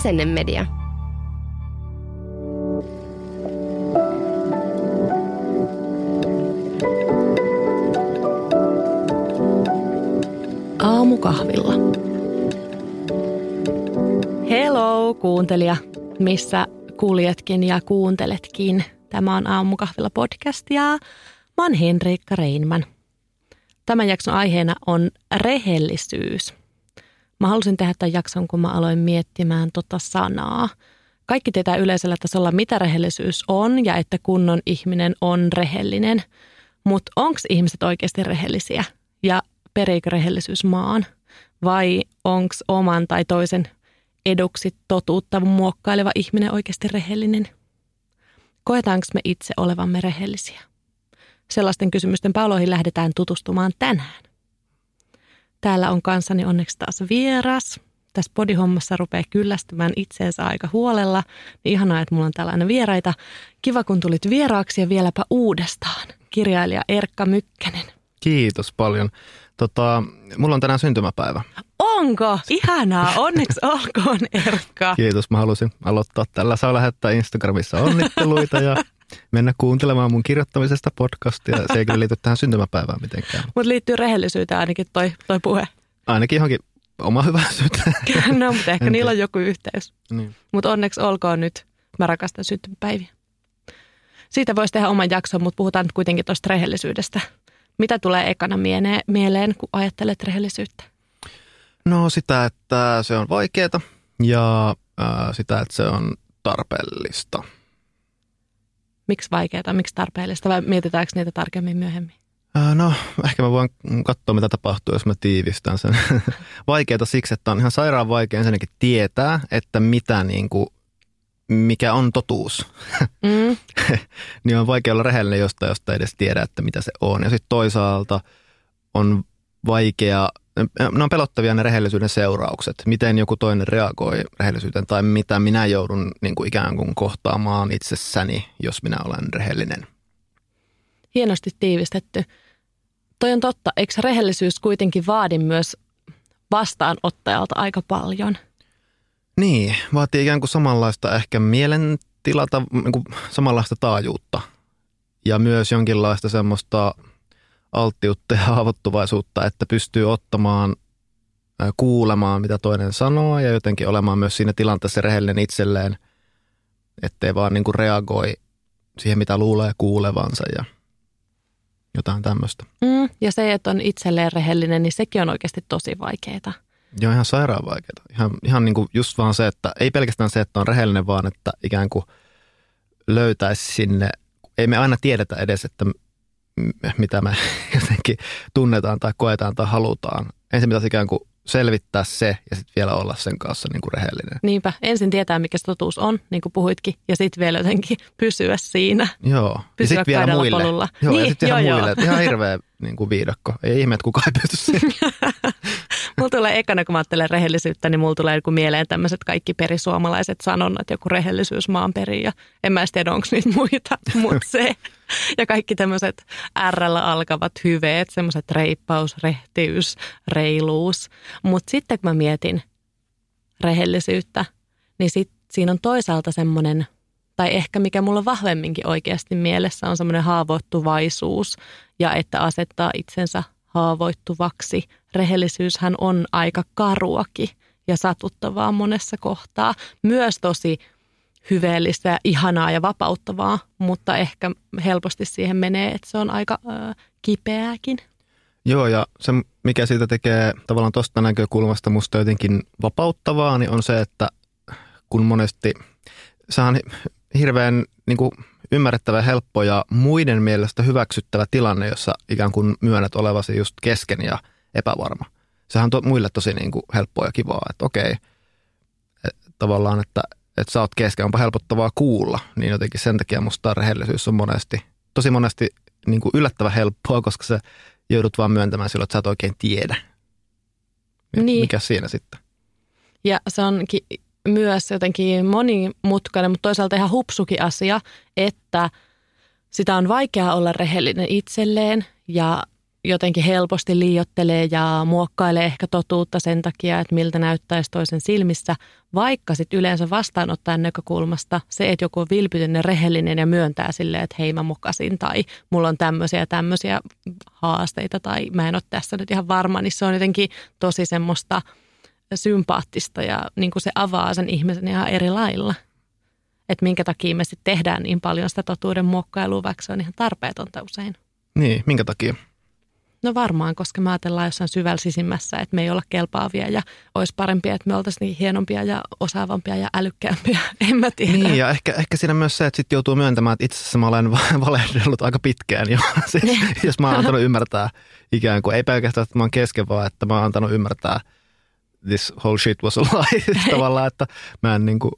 Asennemedia. Aamukahvilla. Hello kuuntelija, missä kuljetkin ja kuunteletkin. Tämä on Aamukahvilla podcast ja mä oon Henriikka Reinman. Tämän jakson aiheena on rehellisyys. Mä halusin tehdä tämän jakson, kun mä aloin miettimään tota sanaa. Kaikki tietää yleisellä tasolla, mitä rehellisyys on ja että kunnon ihminen on rehellinen. Mutta onko ihmiset oikeasti rehellisiä ja periikö rehellisyys maan? Vai onko oman tai toisen eduksi totuutta muokkaileva ihminen oikeasti rehellinen? Koetaanko me itse olevamme rehellisiä? Sellaisten kysymysten pauloihin lähdetään tutustumaan tänään. Täällä on kanssani onneksi taas vieras. Tässä podihommassa rupeaa kyllästymään itseensä aika huolella. Niin ihanaa, että mulla on täällä aina vieraita. Kiva, kun tulit vieraaksi ja vieläpä uudestaan. Kirjailija Erkka Mykkänen. Kiitos paljon. Mulla on tänään syntymäpäivä. Onko? Ihanaa. Onneksi olkoon, Erkka. Kiitos. Mä halusin aloittaa tällä. Saa lähettää Instagramissa onnitteluita ja mennä kuuntelemaan mun kirjoittamisesta podcastia. Se ei kyllä liity tähän syntymäpäivään mitenkään. Mutta liittyy rehellisyyteen ainakin toi puhe. Ainakin johonkin oma hyväisyyteen. No, mutta ehkä niillä on joku yhteys. Niin. Mutta onneksi olkoon nyt. Mä rakastan syntymäpäiviä. Siitä voisi tehdä oman jakson, mutta puhutaan nyt kuitenkin tuosta rehellisyydestä. Mitä tulee ekana mieleen, kun ajattelet rehellisyyttä? No sitä, että se on vaikeaa ja sitä, että se on tarpeellista. Miksi vaikeaa, miksi tarpeellista vai mietitäänkö niitä tarkemmin myöhemmin? No ehkä mä voin katsoa, mitä tapahtuu, jos mä tiivistän sen. Vaikeaa siksi, että on ihan sairaan vaikea ensinnäkin tietää, että mikä on totuus. Niin on vaikea olla rehellinen jostain, josta ei edes tiedä, että mitä se on. Ja sitten toisaalta on vaikea, ne on pelottavia ne rehellisyyden seuraukset. Miten joku toinen reagoi rehellisyyteen tai mitä minä joudun ikään kuin kohtaamaan itsessäni, jos minä olen rehellinen. Hienosti tiivistetty. Toi on totta. Eikö rehellisyys kuitenkin vaadi myös vastaanottajalta aika paljon? Niin, vaatii ikään kuin samanlaista ehkä mielentilata, samanlaista taajuutta ja myös jonkinlaista semmoista alttiutta ja haavoittuvaisuutta, että pystyy ottamaan, kuulemaan mitä toinen sanoo ja jotenkin olemaan myös siinä tilanteessa rehellinen itselleen, ettei vaan reagoi siihen mitä luulee kuulevansa ja jotain tämmöistä. Ja se, että on itselleen rehellinen, niin sekin on oikeasti tosi vaikeaa. Joo, ihan sairaan vaikeaa. Ihan just vaan se, että ei pelkästään se, että on rehellinen, vaan että ikään kuin löytäisi sinne. Ei me aina tiedetä edes, että mitä me jotenkin tunnetaan tai koetaan tai halutaan. Ensin pitäisi ikään kuin selvittää se ja sitten vielä olla sen kanssa rehellinen. Niinpä. Ensin tietää, mikä se totuus on, niin kuin puhuitkin, ja sitten vielä jotenkin pysyä siinä. Joo. Pysyä ja sitten vielä muille. Polulla. Joo, niin, ja sitten vielä muille. Ihan hirveä viidakko. Ei ihme, että kukaan ei pysty siihen. Mulla tulee ekana, kun mä ajattelen rehellisyyttä, niin mulla tulee mieleen tämmöiset kaikki perisuomalaiset sanonnat, joku rehellisyys maan perin, ja en mä edes tiedä, onko niitä muita, mutta se. Ja kaikki tämmöiset R-llä alkavat hyveet, semmoiset reippaus, rehtiys, reiluus. Mutta sitten kun mä mietin rehellisyyttä, niin siinä on toisaalta semmoinen, tai ehkä mikä mulla vahvemminkin oikeasti mielessä on semmoinen haavoittuvaisuus ja että asettaa itsensä haavoittuvaksi. Rehellisyyshän on aika karuakin ja satuttavaa monessa kohtaa. Myös tosi hyveellistä ja ihanaa ja vapauttavaa, mutta ehkä helposti siihen menee, että se on aika kipeääkin. Joo, ja se mikä siitä tekee tavallaan tuosta näkökulmasta musta jotenkin vapauttavaa, niin on se, että kun monesti se on hirveän ymmärrettävä ja helppo ja muiden mielestä hyväksyttävä tilanne, jossa ikään kuin myönnät olevasi just kesken ja epävarma. Sehän on muille tosi helppoa ja kivaa, että okei, tavallaan, että sä oot kesken, onpa helpottavaa kuulla, niin jotenkin sen takia musta rehellisyys on tosi monesti yllättävän helppoa, koska sä joudut vaan myöntämään silloin, että sä et oikein tiedä. Niin. Mikä siinä sitten? Ja se onkin myös jotenkin monimutkainen, mutta toisaalta ihan hupsukin asia, että sitä on vaikea olla rehellinen itselleen ja jotenkin helposti liioittelee ja muokkailee ehkä totuutta sen takia, että miltä näyttäisi toisen silmissä, vaikka sitten yleensä vastaanottajan näkökulmasta se, että joku on vilpitön ja rehellinen ja myöntää silleen, että hei mä mokasin tai mulla on tämmöisiä haasteita tai mä en ole tässä nyt ihan varma, niin se on jotenkin tosi semmoista sympaattista ja niin kuin se avaa sen ihmisen ihan eri lailla. Että minkä takia me sitten tehdään niin paljon sitä totuuden muokkailua, vaikka se on ihan tarpeetonta usein. Niin, minkä takia? No varmaan, koska me ajatellaan jossain syvällä sisimmässä, että me ei olla kelpaavia ja olisi parempia, että me oltaisiin niin hienompia ja osaavampia ja älykkäämpiä. En mä tiedä. Niin, ja ehkä siinä myös se, että sitten joutuu myöntämään, että itse asiassa mä olen valehdellut aika pitkään jo. Siis, jos mä oon antanut ymmärtää ikään kuin, ei pelkästään, että mä oon kesken, vaan että mä oon antanut ymmärtää this whole shit was a lie. Tavallaan, että mä en niinku,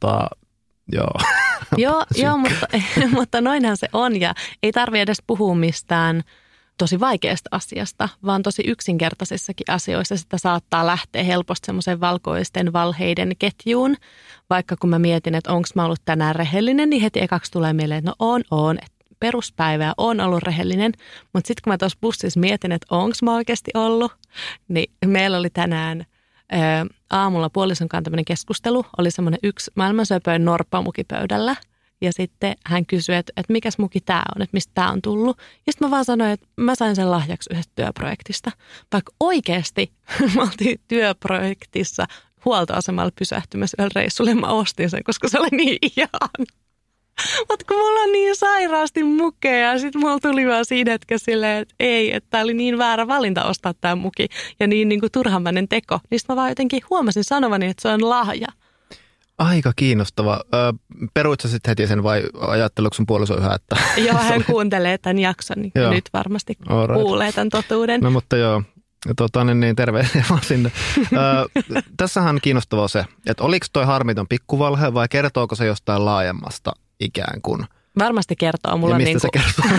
joo. Joo, mutta noinhan se on ja ei tarvitse edes puhua mistään tosi vaikeasta asiasta, vaan tosi yksinkertaisissakin asioissa sitä saattaa lähteä helposti semmoisen valkoisten valheiden ketjuun. Vaikka kun mä mietin, että onko mä ollut tänään rehellinen, niin heti ekaksi tulee mieleen, että no on. Peruspäivää on ollut rehellinen, mutta sitten kun mä tuossa bussissa mietin, että onko mä oikeasti ollut, niin meillä oli tänään aamulla puolison kanssa tämmöinen keskustelu. Oli semmoinen yksi maailman söpöin norppamuki pöydällä. Ja sitten hän kysyi, että mikäs muki tämä on, että mistä tämä on tullut. Ja sitten mä vaan sanoin, että mä sain sen lahjaksi yhdestä työprojektista. Vaikka oikeasti mä oltiin työprojektissa huoltoasemalla pysähtymässä yhdellä reissulla ja mä ostin sen, koska se oli niin ihana. Mutta kun mulla on niin sairaasti mukeja ja sitten mulla tuli vaan siinä hetkessä silleen, että ei, että tämä oli niin väärä valinta ostaa tämä muki ja niin kuin turhamainen teko. Niin sitten mä vaan jotenkin huomasin sanovani, että se on lahja. Aika kiinnostava. Peruit sä sitten heti sen vai ajatteluko sun puoliso yhä, että... Joo, hän kuuntelee tämän jakson, niin nyt varmasti kuulee tämän totuuden. No mutta joo, niin terveisiä vaan sinne. Tässähän on kiinnostavaa se, että oliko toi harmiton pikkuvalhe vai kertooko se jostain laajemmasta ikään kuin? Varmasti kertoo. Mulla ja mistä se kertoo?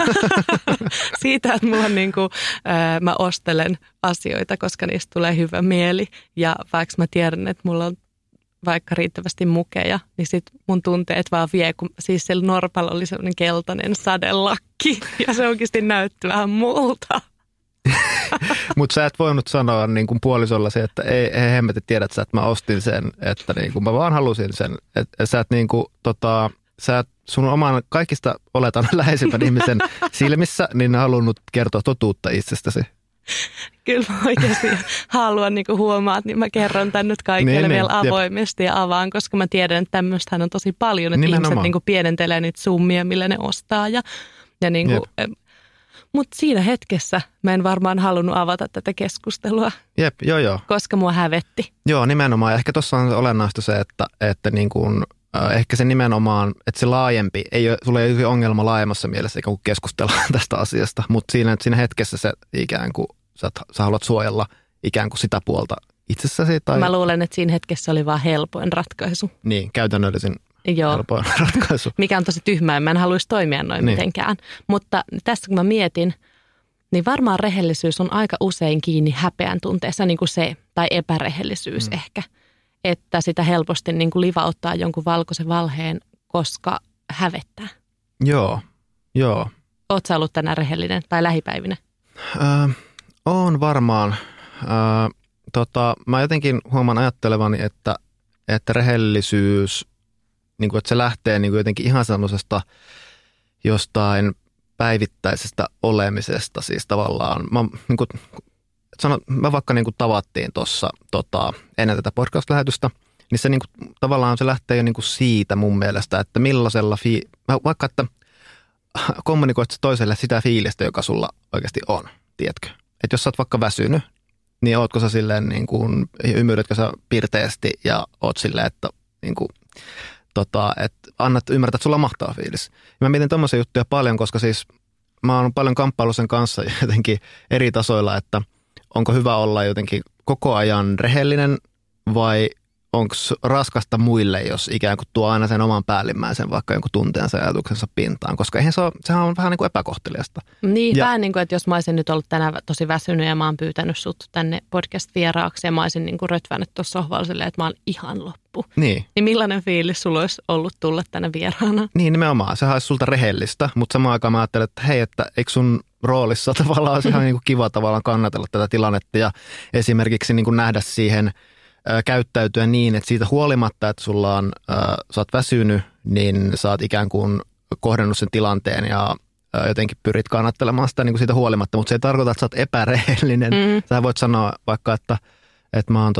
Siitä, että mulla on mä ostelen asioita, koska niistä tulee hyvä mieli. Ja vaikka mä tiedän, että mulla on vaikka riittävästi mukeja, niin sit mun tunteet vaan vie, kun siis sillä norpalla oli sellainen keltainen sadelakki ja se oikeasti näytti vähän multa. Mutta sä et voinut sanoa niin kuin puolisollasi, että ei hemmetti tiedät sä, että mä ostin sen, että niin kuin mä vaan halusin sen. Että sä et niin kuin, sä et sun oman kaikista oletan läheisimmän ihmisen silmissä, niin halunnut kertoa totuutta itsestäsi. Kyllä mä oikeasti haluan huomaa, niin mä kerron tän nyt kaikille vielä avoimesti ja avaan, koska mä tiedän, että tämmöistähän on tosi paljon, että nimenomaan. Ihmiset pienentelee niitä summia, millä ne ostaa. Mutta siinä hetkessä mä en varmaan halunnut avata tätä keskustelua, joo. Koska mua hävetti. Joo, nimenomaan. Ja ehkä tuossa on olennaista se, että niin kuin, ehkä se nimenomaan, että se laajempi, sulla ei ole ongelma laajemmassa mielessä, eikä kun keskustellaan tästä asiasta, mutta siinä hetkessä se ikään kuin sä haluat suojella ikään kuin sitä puolta itsessäsi. Tai... Mä luulen, että siinä hetkessä oli vaan helpoin ratkaisu. Niin, käytännöllisin helpoin ratkaisu. Mikä on tosi tyhmää, mä en haluaisi toimia noin mitenkään. Mutta tässä kun mä mietin, niin varmaan rehellisyys on aika usein kiinni häpeän tunteessa, niin kuin se, tai epärehellisyys ehkä. Että sitä helposti niin kuin livauttaa jonkun valkoisen valheen, koska hävettää. Joo. Oot sä ollut tänään rehellinen tai lähipäivinä? On varmaan. Mä jotenkin huomaan ajattelevani, että rehellisyys, niin kuin, että se lähtee niin kuin jotenkin ihan semmoisesta jostain päivittäisestä olemisesta. Siis tavallaan, me vaikka niin kuin tavattiin tuossa ennen tätä podcast-lähetystä, niin se niin kuin, tavallaan se lähtee jo niin kuin siitä mun mielestä, että millaisella vaikka että kommunikoit toiselle sitä fiilistä, joka sulla oikeasti on, tiedätkö? Että jos sä oot vaikka väsynyt, niin ootko sä silleen niin kuin, ymyydätkö sä pirteästi ja oot silleen, että niin kuin, että annat ymmärtää, että sulla on mahtava fiilis. Ja mä mietin tommosia juttuja paljon, koska siis mä oon paljon kamppailu sen kanssa jotenkin eri tasoilla, että onko hyvä olla jotenkin koko ajan rehellinen vai onko raskasta muille, jos ikään kuin tuo aina sen oman päällimmäisen vaikka jonkun tunteensa ja ajatuksensa pintaan, koska eihän sehän on vähän niin kuin epäkohteliasta. Niin, vähän niin kuin, että jos mä olisin nyt ollut tänään tosi väsynyt ja mä oon pyytänyt sut tänne podcast-vieraaksi ja mä olisin niin kuin rötvännyt tuossa sohvalla silleen, että mä oon ihan loppu. Niin millainen fiilis sulla olisi ollut tulla tänne vieraana? Niin, nimenomaan. Sehän olisi sulta rehellistä, mutta samaan aikaan mä ajattelen, että hei, että eikö sun roolissa tavallaan olisi ihan niin kuin kiva tavallaan kannatella tätä tilannetta ja esimerkiksi niin kuin nähdä siihen käyttäytyä niin, että siitä huolimatta, että sä oot väsynyt, niin sä oot ikään kuin kohdannut sen tilanteen ja jotenkin pyrit kannattelemaan sitä niin kuin siitä huolimatta, mutta se ei tarkoita, että sä oot epärehellinen. Sä voit sanoa vaikka, että mä oon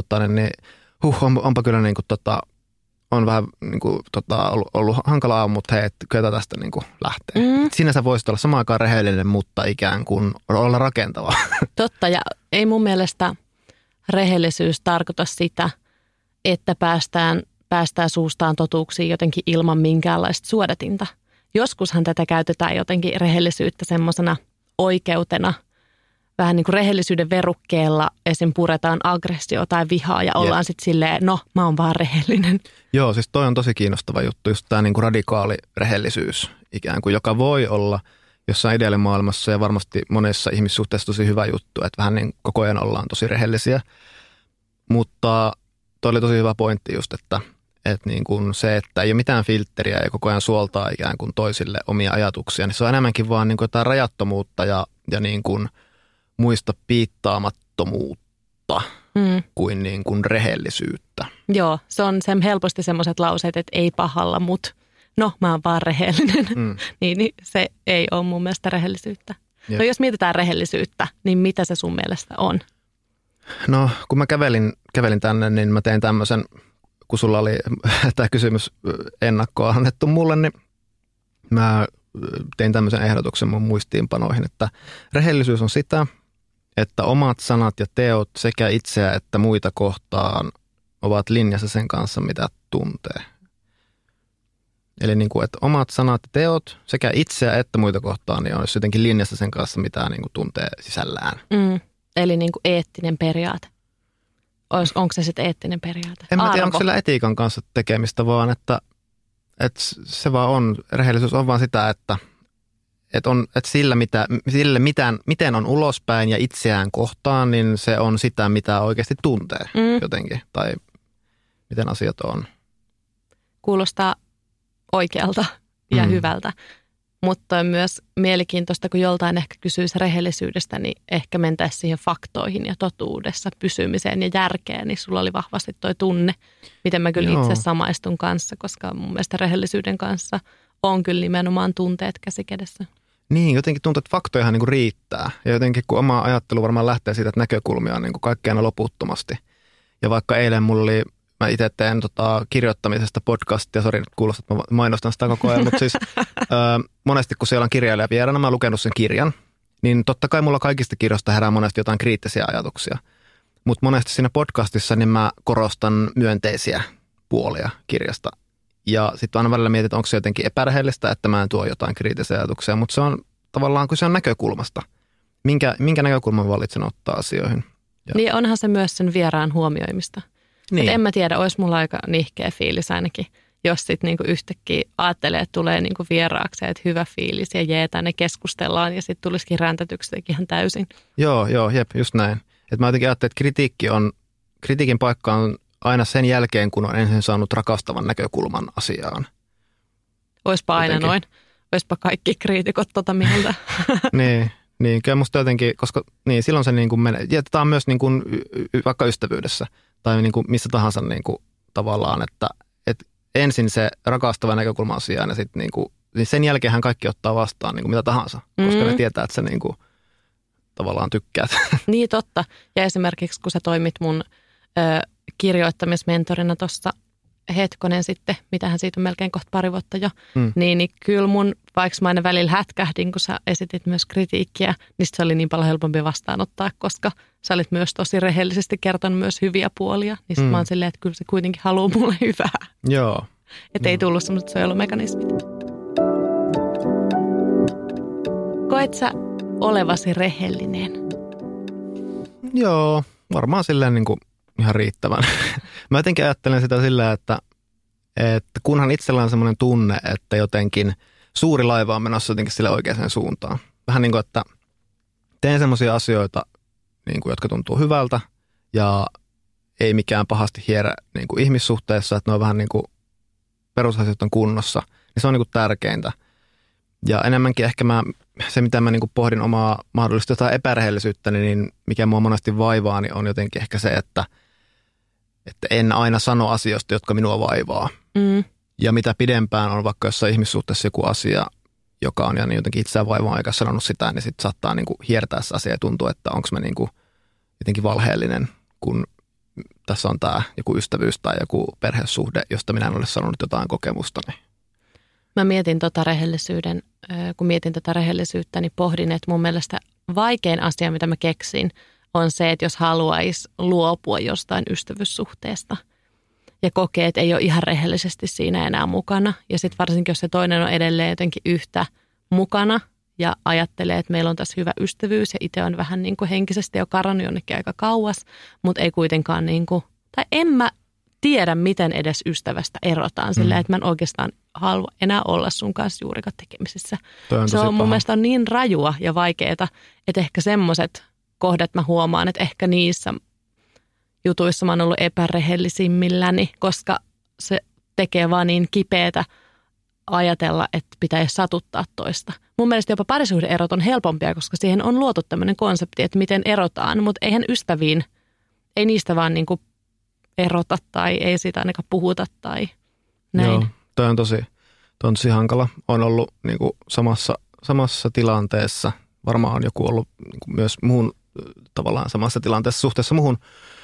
onpa kyllä niin kuin on vähän niin kuin ollut hankala aamu, mutta hei, että kyllä tästä niin kuin lähtee. Siinä sä voisit olla samaan aikaan rehellinen, mutta ikään kuin olla rakentava. Totta, ja ei mun mielestä rehellisyys tarkoita sitä, että päästään suustaan totuuksiin jotenkin ilman minkäänlaista suodatinta. Joskushan tätä käytetään jotenkin rehellisyyttä semmoisena oikeutena. Vähän niin kuin rehellisyyden verukkeella esim. Puretaan aggressio tai vihaa ja ollaan sitten silleen, no mä oon vaan rehellinen. Joo, siis toi on tosi kiinnostava juttu, just tämä niin kuin radikaali rehellisyys ikään kuin, joka voi olla jossain ideaalimaailmassa ja varmasti monessa ihmissuhteessa tosi hyvä juttu, että vähän niin koko ajan ollaan tosi rehellisiä. Mutta toi oli tosi hyvä pointti just, että niin kuin se, että ei ole mitään filtteriä ja koko ajan suoltaa ikään kuin toisille omia ajatuksia, niin se on enemmänkin vaan niin kuin jotain rajattomuutta ja niin kuin muista piittaamattomuutta kuin, niin kuin rehellisyyttä. Joo, se on helposti semmoiset lauseet, että ei pahalla, mutta no mä oon vaan rehellinen. niin se ei ole mun mielestä rehellisyyttä. No jos mietitään rehellisyyttä, niin mitä se sun mielestä on? No kun mä kävelin tänne, niin mä tein tämmöisen, kun sulla oli tämä kysymys ennakkoa annettu mulle, niin mä tein tämmöisen ehdotuksen mun muistiinpanoihin, että rehellisyys on sitä, että omat sanat ja teot sekä itseä että muita kohtaan ovat linjassa sen kanssa, mitä tuntee. Eli niin kuin, että omat sanat ja teot sekä itseä että muita kohtaan niin olisi jotenkin linjassa sen kanssa, mitä niin kuin tuntee sisällään. Eli niin kuin eettinen periaate. Onko se sitten eettinen periaate? En mä tiedä, onko sillä etiikan kanssa tekemistä, vaan että se vaan on, rehellisyys on vaan sitä, että miten on ulospäin ja itseään kohtaan, niin se on sitä, mitä oikeasti tuntee jotenkin, tai miten asiat on. Kuulostaa oikealta ja hyvältä, mutta on myös mielenkiintoista, kun joltain ehkä kysyisi rehellisyydestä, niin ehkä mentäisiin siihen faktoihin ja totuudessa pysymiseen ja järkeen, niin sulla oli vahvasti toi tunne, miten mä kyllä itse samaistun kanssa, koska mun mielestä rehellisyyden kanssa on kyllä nimenomaan tunteet käsi kädessä. Niin, jotenkin tuntuu, että faktojahan niin kuin riittää. Ja jotenkin kun oma ajattelu varmaan lähtee siitä, että näkökulmia on niin kuin kaikkeena loputtomasti. Ja vaikka eilen mä itse teen kirjoittamisesta podcastia, sori nyt kuulostaa, että mä mainostan sitä koko ajan, mutta siis monesti kun siellä on kirjailija vieraana, mä oon lukenut sen kirjan, niin totta kai mulla kaikista kirjoista herää monesti jotain kriittisiä ajatuksia. Mutta monesti siinä podcastissa niin mä korostan myönteisiä puolia kirjasta. Ja sitten aina välillä mietin, että onko se jotenkin epärehellistä, että mä en tuo jotain kriittisiä ajatuksia, mutta se on tavallaan, kun se on näkökulmasta. Minkä näkökulman valitsen ottaa asioihin? Ja. Niin onhan se myös sen vieraan huomioimista. Niin. En mä tiedä, olisi mulla aika nihkeä fiilis ainakin, jos sitten niinku yhtäkkiä ajattelee, että tulee niinku vieraaksi, että hyvä fiilis ja tänne keskustellaan ja sitten tulisikin räntätyksi ihan täysin. Joo, jep, just näin. Et mä jotenkin ajattelin, että kritiikin paikka on aina sen jälkeen, kun on ensin saanut rakastavan näkökulman asiaan. Oispa aina noin. Oispa kaikki kriitikot mieltä. Niin, kyllä musta jotenkin, koska niin, silloin se niin kuin menee. Ja tämä on myös niin kuin, vaikka ystävyydessä tai niin kuin missä tahansa niin kuin, tavallaan, että ensin se rakastava näkökulma asiaan ja sitten niin sen jälkeenhän kaikki ottaa vastaan niin kuin mitä tahansa, koska ne tietää, että sä niin kuin, tavallaan tykkäät. Niin totta. Ja esimerkiksi kun sä toimit mun kirjoittamismentorina tuossa hetkonen sitten, mitähän siitä on melkein kohta pari vuotta jo, niin kyllä mun, vaikka mä aina välillä hätkähdin, kun sä esitit myös kritiikkiä, niin se oli niin paljon helpompi vastaanottaa, koska sä olit myös tosi rehellisesti kertonut myös hyviä puolia, niin sit mä oon silleen, että kyllä se kuitenkin haluaa mulle hyvää. Joo. Että ei tullut semmoiset suojelumekanismit. Koet sä olevasi rehellinen? Joo, varmaan silleen niin kuin ihan riittävän. Mä jotenkin ajattelen sitä sillä, että kunhan itsellä on semmoinen tunne, että jotenkin suuri laiva on menossa jotenkin sille oikeaan suuntaan. Vähän niin kuin, että teen semmoisia asioita, niin kuin, jotka tuntuu hyvältä ja ei mikään pahasti hierä niin kuin ihmissuhteessa, että ne on vähän niin kuin perusasiat on kunnossa, niin se on niin kuin tärkeintä. Ja enemmänkin ehkä se, mitä mä niin kuin pohdin omaa mahdollista jotain epärehellisyyttä, niin mikä mua monesti vaivaa, niin on jotenkin ehkä se, että en aina sano asioista, jotka minua vaivaa. Mm. Ja mitä pidempään on vaikka jossain ihmissuhteessa joku asia, joka on ja niin jotenkin itseään vaivaa eikä sanonut sitä, niin sitten saattaa niin kuin hiertää se asia ja tuntuu, että onko mä niin kuin jotenkin valheellinen, kun tässä on tämä joku ystävyys tai joku perhesuhde, josta minä en ole sanonut jotain kokemustani. Mä mietin kun mietin tätä rehellisyyttä, niin pohdin, että mun mielestä vaikein asia, mitä mä keksin, on se, että jos haluaisi luopua jostain ystävyyssuhteesta ja kokee, että ei ole ihan rehellisesti siinä enää mukana. Ja sitten varsinkin, jos se toinen on edelleen jotenkin yhtä mukana ja ajattelee, että meillä on tässä hyvä ystävyys ja itse on vähän niin kuin henkisesti jo karannut jonnekin aika kauas, mutta ei kuitenkaan niin kuin, tai en mä tiedä, miten edes ystävästä erotaan silleen, että mä en oikeastaan halua enää olla sun kanssa juurikaan tekemisissä. Se on mun mielestä on niin rajua ja vaikeaa, että ehkä semmoiset kohdat mä huomaan, että ehkä niissä jutuissa mä oon ollut epärehellisimmilläni, koska se tekee vaan niin kipeätä ajatella, että pitäisi satuttaa toista. Mun mielestä jopa parisuhde-erot on helpompia, koska siihen on luotu tämmöinen konsepti, että miten erotaan, mutta eihän ystäviin, ei niistä vaan niin kuin erota tai ei siitä ainakaan puhuta tai näin. Joo, toi on tosi hankala. On ollut niin kuin samassa tilanteessa. Varmaan on joku ollut niin kuin myös muun tavallaan samassa tilanteessa suhteessa muhun.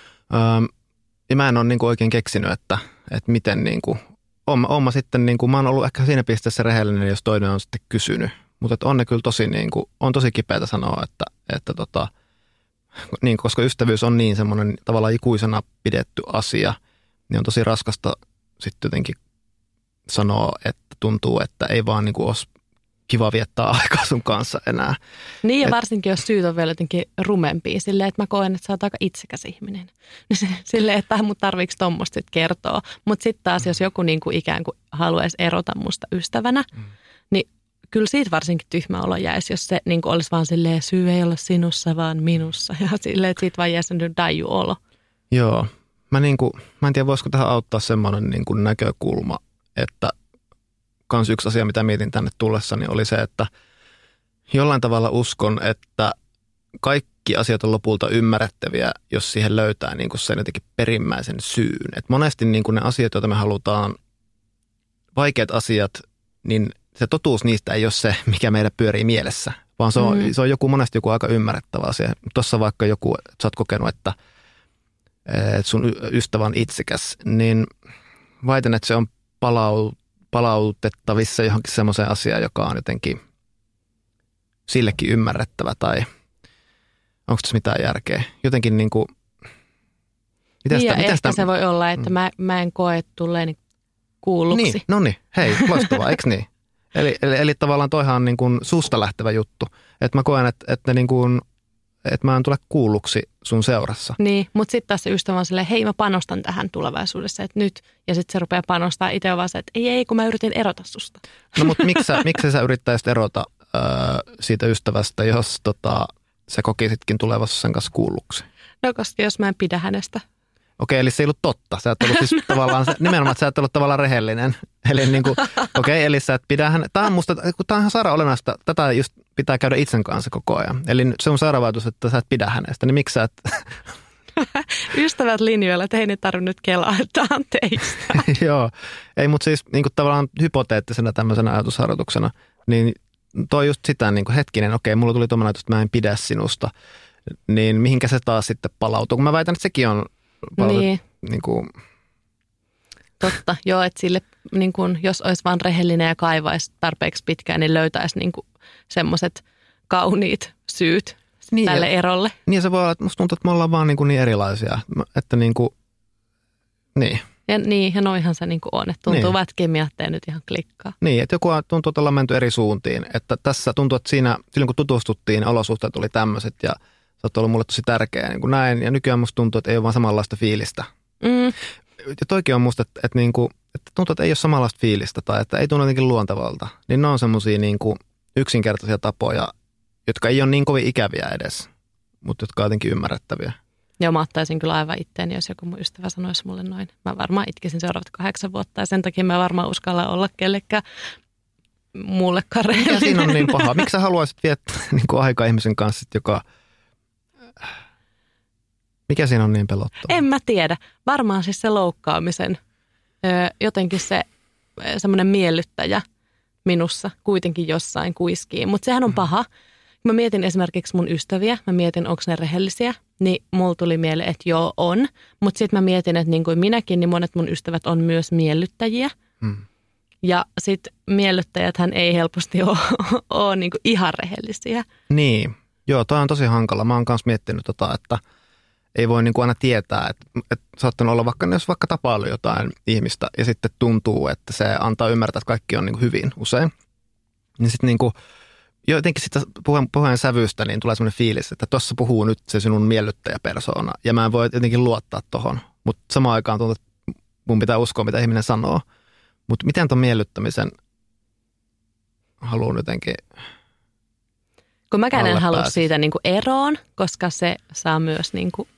Ja mä en ole niin kuin oikein keksinyt, että miten niin kuin, mä sitten niin kuin, mä oon ollut ehkä siinä pisteessä rehellinen, jos toinen on sitten kysynyt. Mutta on ne kyllä tosi, niin kuin, on tosi kipeätä sanoa, että niin, koska ystävyys on niin semmoinen tavallaan ikuisena pidetty asia, niin on tosi raskasta sitten jotenkin sanoa, että tuntuu, että ei vaan niin kuin ole kiva viettää aikaa sun kanssa enää. Niin ja varsinkin, jos syyt on vielä jotenkin rumempia, silleen, että mä koen, että sä oot aika itsekäs ihminen. Silleen, että mun tarviiko tommoista sitten kertoa. Mutta sitten taas, jos joku niin kuin ikään kuin haluaisi erota musta ystävänä, niin kyllä siitä varsinkin tyhmä olo jäisi, jos se niin kuin olisi vaan silleen, syy ei ole sinussa, vaan minussa. Ja silleen, että siitä vaan jäisi sellainen daju-olo. Joo. Mä en tiedä, voisiko tähän auttaa semmoinen niin kuin näkökulma, että kans yksi asia, mitä mietin tänne tullessani, oli se, että jollain tavalla uskon, että kaikki asiat on lopulta ymmärrettäviä, jos siihen löytää niin kuin sen jotenkin perimmäisen syyn. Et monesti niin kuin ne asiat, joita me halutaan, vaikeat asiat, niin se totuus niistä ei ole se, mikä meidän pyörii mielessä, vaan se on monesti joku aika ymmärrettävä asia. Tuossa vaikka joku, että sä oot kokenut, että sun ystävä on itsekäs, niin väitän, että se on palautettavissa johonkin semmoiseen asiaan, joka on jotenkin sillekin ymmärrettävä, tai onko tässä mitään järkeä? Jotenkin niin kuin, ehkä se voi olla, että mä en koe tulleeni kuulluksi. Niin, no niin, hei, loistavaa, eikö niin? Eli tavallaan toihan on niin kuin susta lähtevä juttu, että mä koen, että niin kuin, että mä en tule kuulluksi sun seurassa. Niin, mutta sitten taas se ystävä on silleen, hei mä panostan tähän tulevaisuudessa, että nyt. Ja sitten se rupeaa panostaa itse vaan se, että ei kun mä yritin erota susta. No mutta miksi sä yrittäisit erota siitä ystävästä, jos sä kokisitkin tulevassa sen kanssa kuulluksi? No koska jos mä en pidä hänestä. Okei, eli se ei ollut totta. Sä et ollut siis tavallaan, nimenomaan, että sä et ollut tavallaan rehellinen. Eli niin kuin, eli sä et pidä hänestä. Tämä on ihan sairaan olennaista. Tätä just pitää käydä itsen kanssa koko ajan. Eli se on sairaanvaatus, että sä et pidä hänestä. Niin miksi sä et? Ystävät linjoilla, että ei nyt tarvinnut kelaa, että on teistä. Joo, ei, mutta siis niin kuin tavallaan hypoteettisena tämmöisenä ajatusharjoituksena, niin toi just sitä niin kuin hetkinen, okei, mulla tuli tuommoinen ajatus, että mä en pidä sinusta. Niin mihinkä se taas sitten palautuu? Kun mä väitän, että sekin on niin kuin totta, joo, että sille, niin kuin, jos olisi vaan rehellinen ja kaivaisi tarpeeksi pitkään, niin löytäisi niin kuin semmoiset kauniit syyt niin, tälle erolle. Niin, se voi olla, että musta tuntuu, että me ollaan vaan niin erilaisia, että niin kuin, niin. Ja noihan se niin kuin on, että tuntuu, että kemiat ei nyt ihan klikkaa. Niin, että joku tuntuu, että ollaan menty eri suuntiin, että tässä tuntuu, että silloin kun tutustuttiin, olosuhteet oli tämmöiset ja sä oot ollut mulle tosi tärkeä niin kuin näin. Ja nykyään musta tuntuu, että ei ole vaan samanlaista fiilistä. ja toikin on musta, että niinku, että tuntuu, että ei ole samanlaista fiilistä tai että ei tunnu jotenkin luontevalta. Niin ne on semmosia niinku yksinkertaisia tapoja, jotka ei ole niin kovin ikäviä edes, mutta jotka on jotenkin ymmärrettäviä. Joo, mä ottaisin kyllä aivan itteeni, jos joku mun ystävä sanoisi mulle noin. Mä varmaan itkisin seuraavat 8 vuotta ja sen takia mä varmaan uskalla olla kellekään muullekaan rehellinen. Mikä siinä on niin paha? Miksi sä haluaisit viettää niin kuin aikaa ihmisen kanssa, joka... Mikä siinä on niin pelottavaa? En mä tiedä. Varmaan siis se loukkaamisen, jotenkin se semmoinen miellyttäjä minussa kuitenkin jossain kuiskii. Mutta sehän on paha. Mä mietin esimerkiksi mun ystäviä, mä mietin, onko ne rehellisiä, niin mulla tuli mieleen, että joo on. Mutta sitten mä mietin, että niin kuin minäkin, niin monet mun ystävät on myös miellyttäjiä. Ja sitten miellyttäjäthän ei helposti ole niin kuin ihan rehellisiä. Niin, joo, toi on tosi hankala. Mä oon kanssa miettinyt että ei voi niin kuin aina tietää, että saattanut olla vaikka, jos vaikka tapailu jotain ihmistä ja sitten tuntuu, että se antaa ymmärtää, että kaikki on niin kuin hyvin usein. Niin sitten niin kuin jotenkin sitä puheen sävystä niin tulee semmoinen fiilis, että tuossa puhuu nyt se sinun miellyttäjäpersoona ja mä en voi jotenkin luottaa tohon. Mutta samaan aikaan tuntuu, että mun pitää uskoa, mitä ihminen sanoo. Mutta miten tuon miellyttämisen haluan jotenkin... Kun mäkään en halua siitä niin kuin eroon, koska se saa myös niin kuin,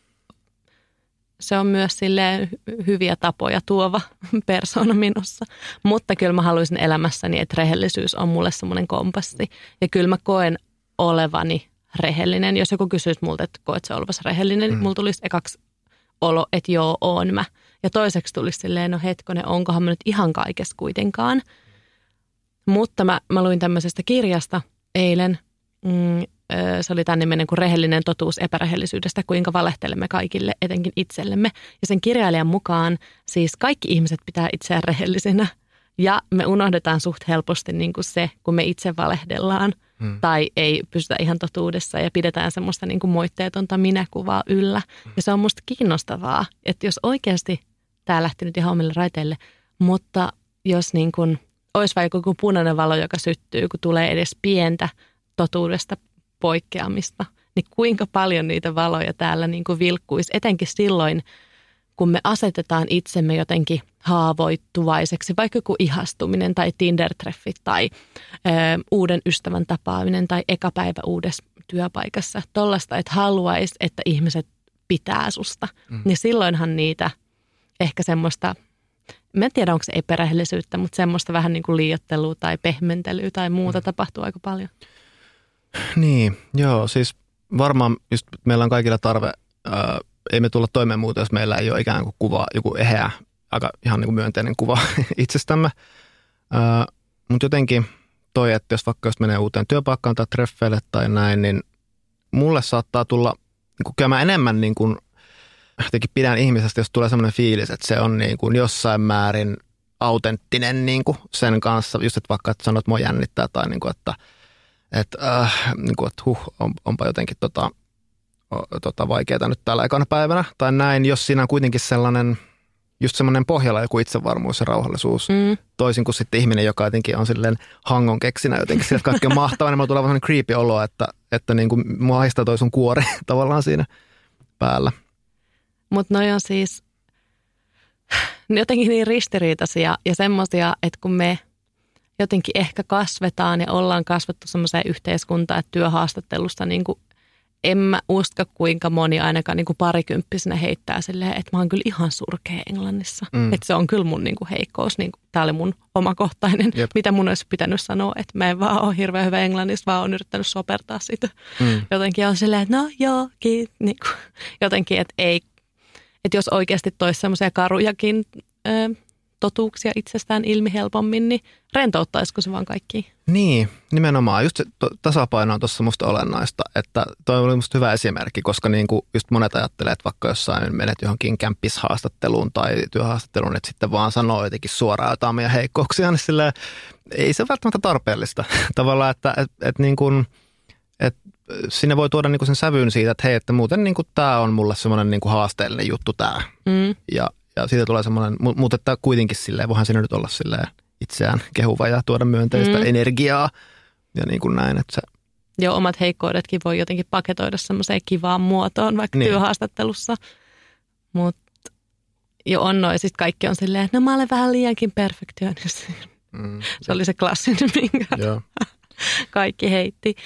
se on myös silleen hyviä tapoja tuova persoona minussa. Mutta kyllä mä haluaisin elämässäni, että rehellisyys on mulle semmoinen kompassi. Ja kyllä mä koen olevani rehellinen. Jos joku kysyisi multa, että koet sä olevasi rehellinen, niin mulla tulisi ekaksi olo, että joo, oon mä. Ja toiseksi tulisi silleen, no hetkonen, onkohan mä nyt ihan kaikessa kuitenkaan. Mutta mä luin tämmöisestä kirjasta eilen. Se oli tämän nimenen kuin Rehellinen totuus epärehellisyydestä, kuinka valehtelemme kaikille, etenkin itsellemme. Ja sen kirjailijan mukaan siis kaikki ihmiset pitää itseään rehellisenä. Ja me unohdetaan suht helposti niin kuin se, kun me itse valehdellaan tai ei pysytä ihan totuudessa ja pidetään semmoista niin kuin moitteetonta minäkuvaa yllä. Ja se on musta kiinnostavaa, että jos oikeasti tämä lähti nyt ihan omille raiteille, mutta jos niin kuin olisi vaikka joku punainen valo, joka syttyy, kun tulee edes pientä totuudesta poikkeamista, niin kuinka paljon niitä valoja täällä niin kuin vilkkuisi, etenkin silloin, kun me asetetaan itsemme jotenkin haavoittuvaiseksi, vaikka joku ihastuminen tai Tinder-treffit tai uuden ystävän tapaaminen tai eka päivä uudessa työpaikassa, tollaista, että haluaisi, että ihmiset pitää susta, niin silloinhan niitä ehkä semmoista, mä en tiedä onko se epärehellisyyttä, mutta semmoista vähän niin kuin liioittelua tai pehmentelyä tai muuta tapahtuu aika paljon. Niin, joo, siis varmaan just meillä on kaikilla tarve, ei me tulla toimeen muuta, jos meillä ei ole ikään kuin kuva, joku eheä, aika ihan niin kuin myönteinen kuva itsestämme. Mutta jotenkin toi, että jos menee uuteen työpaikkaan tai treffeille tai näin, niin mulle saattaa tulla, niin kyllä mä enemmän niin kuin jotenkin pidän ihmisestä, jos tulee semmoinen fiilis, että se on niin kuin jossain määrin autenttinen niin kuin sen kanssa, just että vaikka että sanot, että mua jännittää tai niin kuin, että onpa jotenkin vaikeaa nyt täällä ekana päivänä. Tai näin, jos siinä on kuitenkin sellainen, just semmoinen pohjalla joku itsevarmuus ja rauhallisuus. Toisin kuin sitten ihminen, joka jotenkin on silleen hangon keksinä jotenkin sillä, että kaikki on mahtavaa, niin mulla tulee vähän creepy olo, että niin kuin mua haistaa toi sun kuori tavallaan siinä päällä. Mutta noi on siis jotenkin niin ristiriitaisia ja semmoisia, että kun me jotenkin ehkä kasvetaan ja ollaan kasvettu semmoiseen yhteiskuntaan, että työhaastattelusta niin kuin en mä usko, kuinka moni ainakaan niin kuin parikymppisenä heittää silleen, että mä oon kyllä ihan surkea Englannissa. Että se on kyllä mun niin kuin heikkous. Niin kuin, tää oli mun omakohtainen, mitä mun olisi pitänyt sanoa, että mä en vaan ole hirveän hyvä Englannissa, vaan oon yrittänyt sopertaa sitä. Jotenkin on silleen, että no joo, niin kuin, jotenkin, että ei, että jos oikeasti toisi semmoisia karujakin totuuksia itsestään ilmi helpommin, niin rentouttaisiko se vaan kaikki? Niin, nimenomaan. Just se tasapaino on tuossa musta olennaista, että toi oli musta hyvä esimerkki, koska niin kuin just monet ajattelee, että vaikka jossain menet johonkin kämppishaastatteluun tai työhaastatteluun, että sitten vaan sanoo jotenkin suoraan jotain meidän heikkouksia, niin silleen, ei se välttämättä tarpeellista. Tavallaan, että niin kuin, että sinne voi tuoda niin kuin sen sävyyn siitä, että hei, että muuten niin kuin tämä on mulle semmoinen niin kuin haasteellinen juttu tämä. Ja siitä tulee semmoinen, mutta että kuitenkin silleen, voihan siinä nyt olla silleen itseään kehuva ja tuoda myönteistä energiaa ja niin kuin näin, että se... Joo, omat heikkoudetkin voi jotenkin paketoida semmoiseen kivaan muotoon, vaikka työhaastattelussa. Mutta jo on noin. Sitten kaikki on silleen, että no mä olen vähän liiankin perfektionista. Se oli se klassinen, minkä kaikki heitti.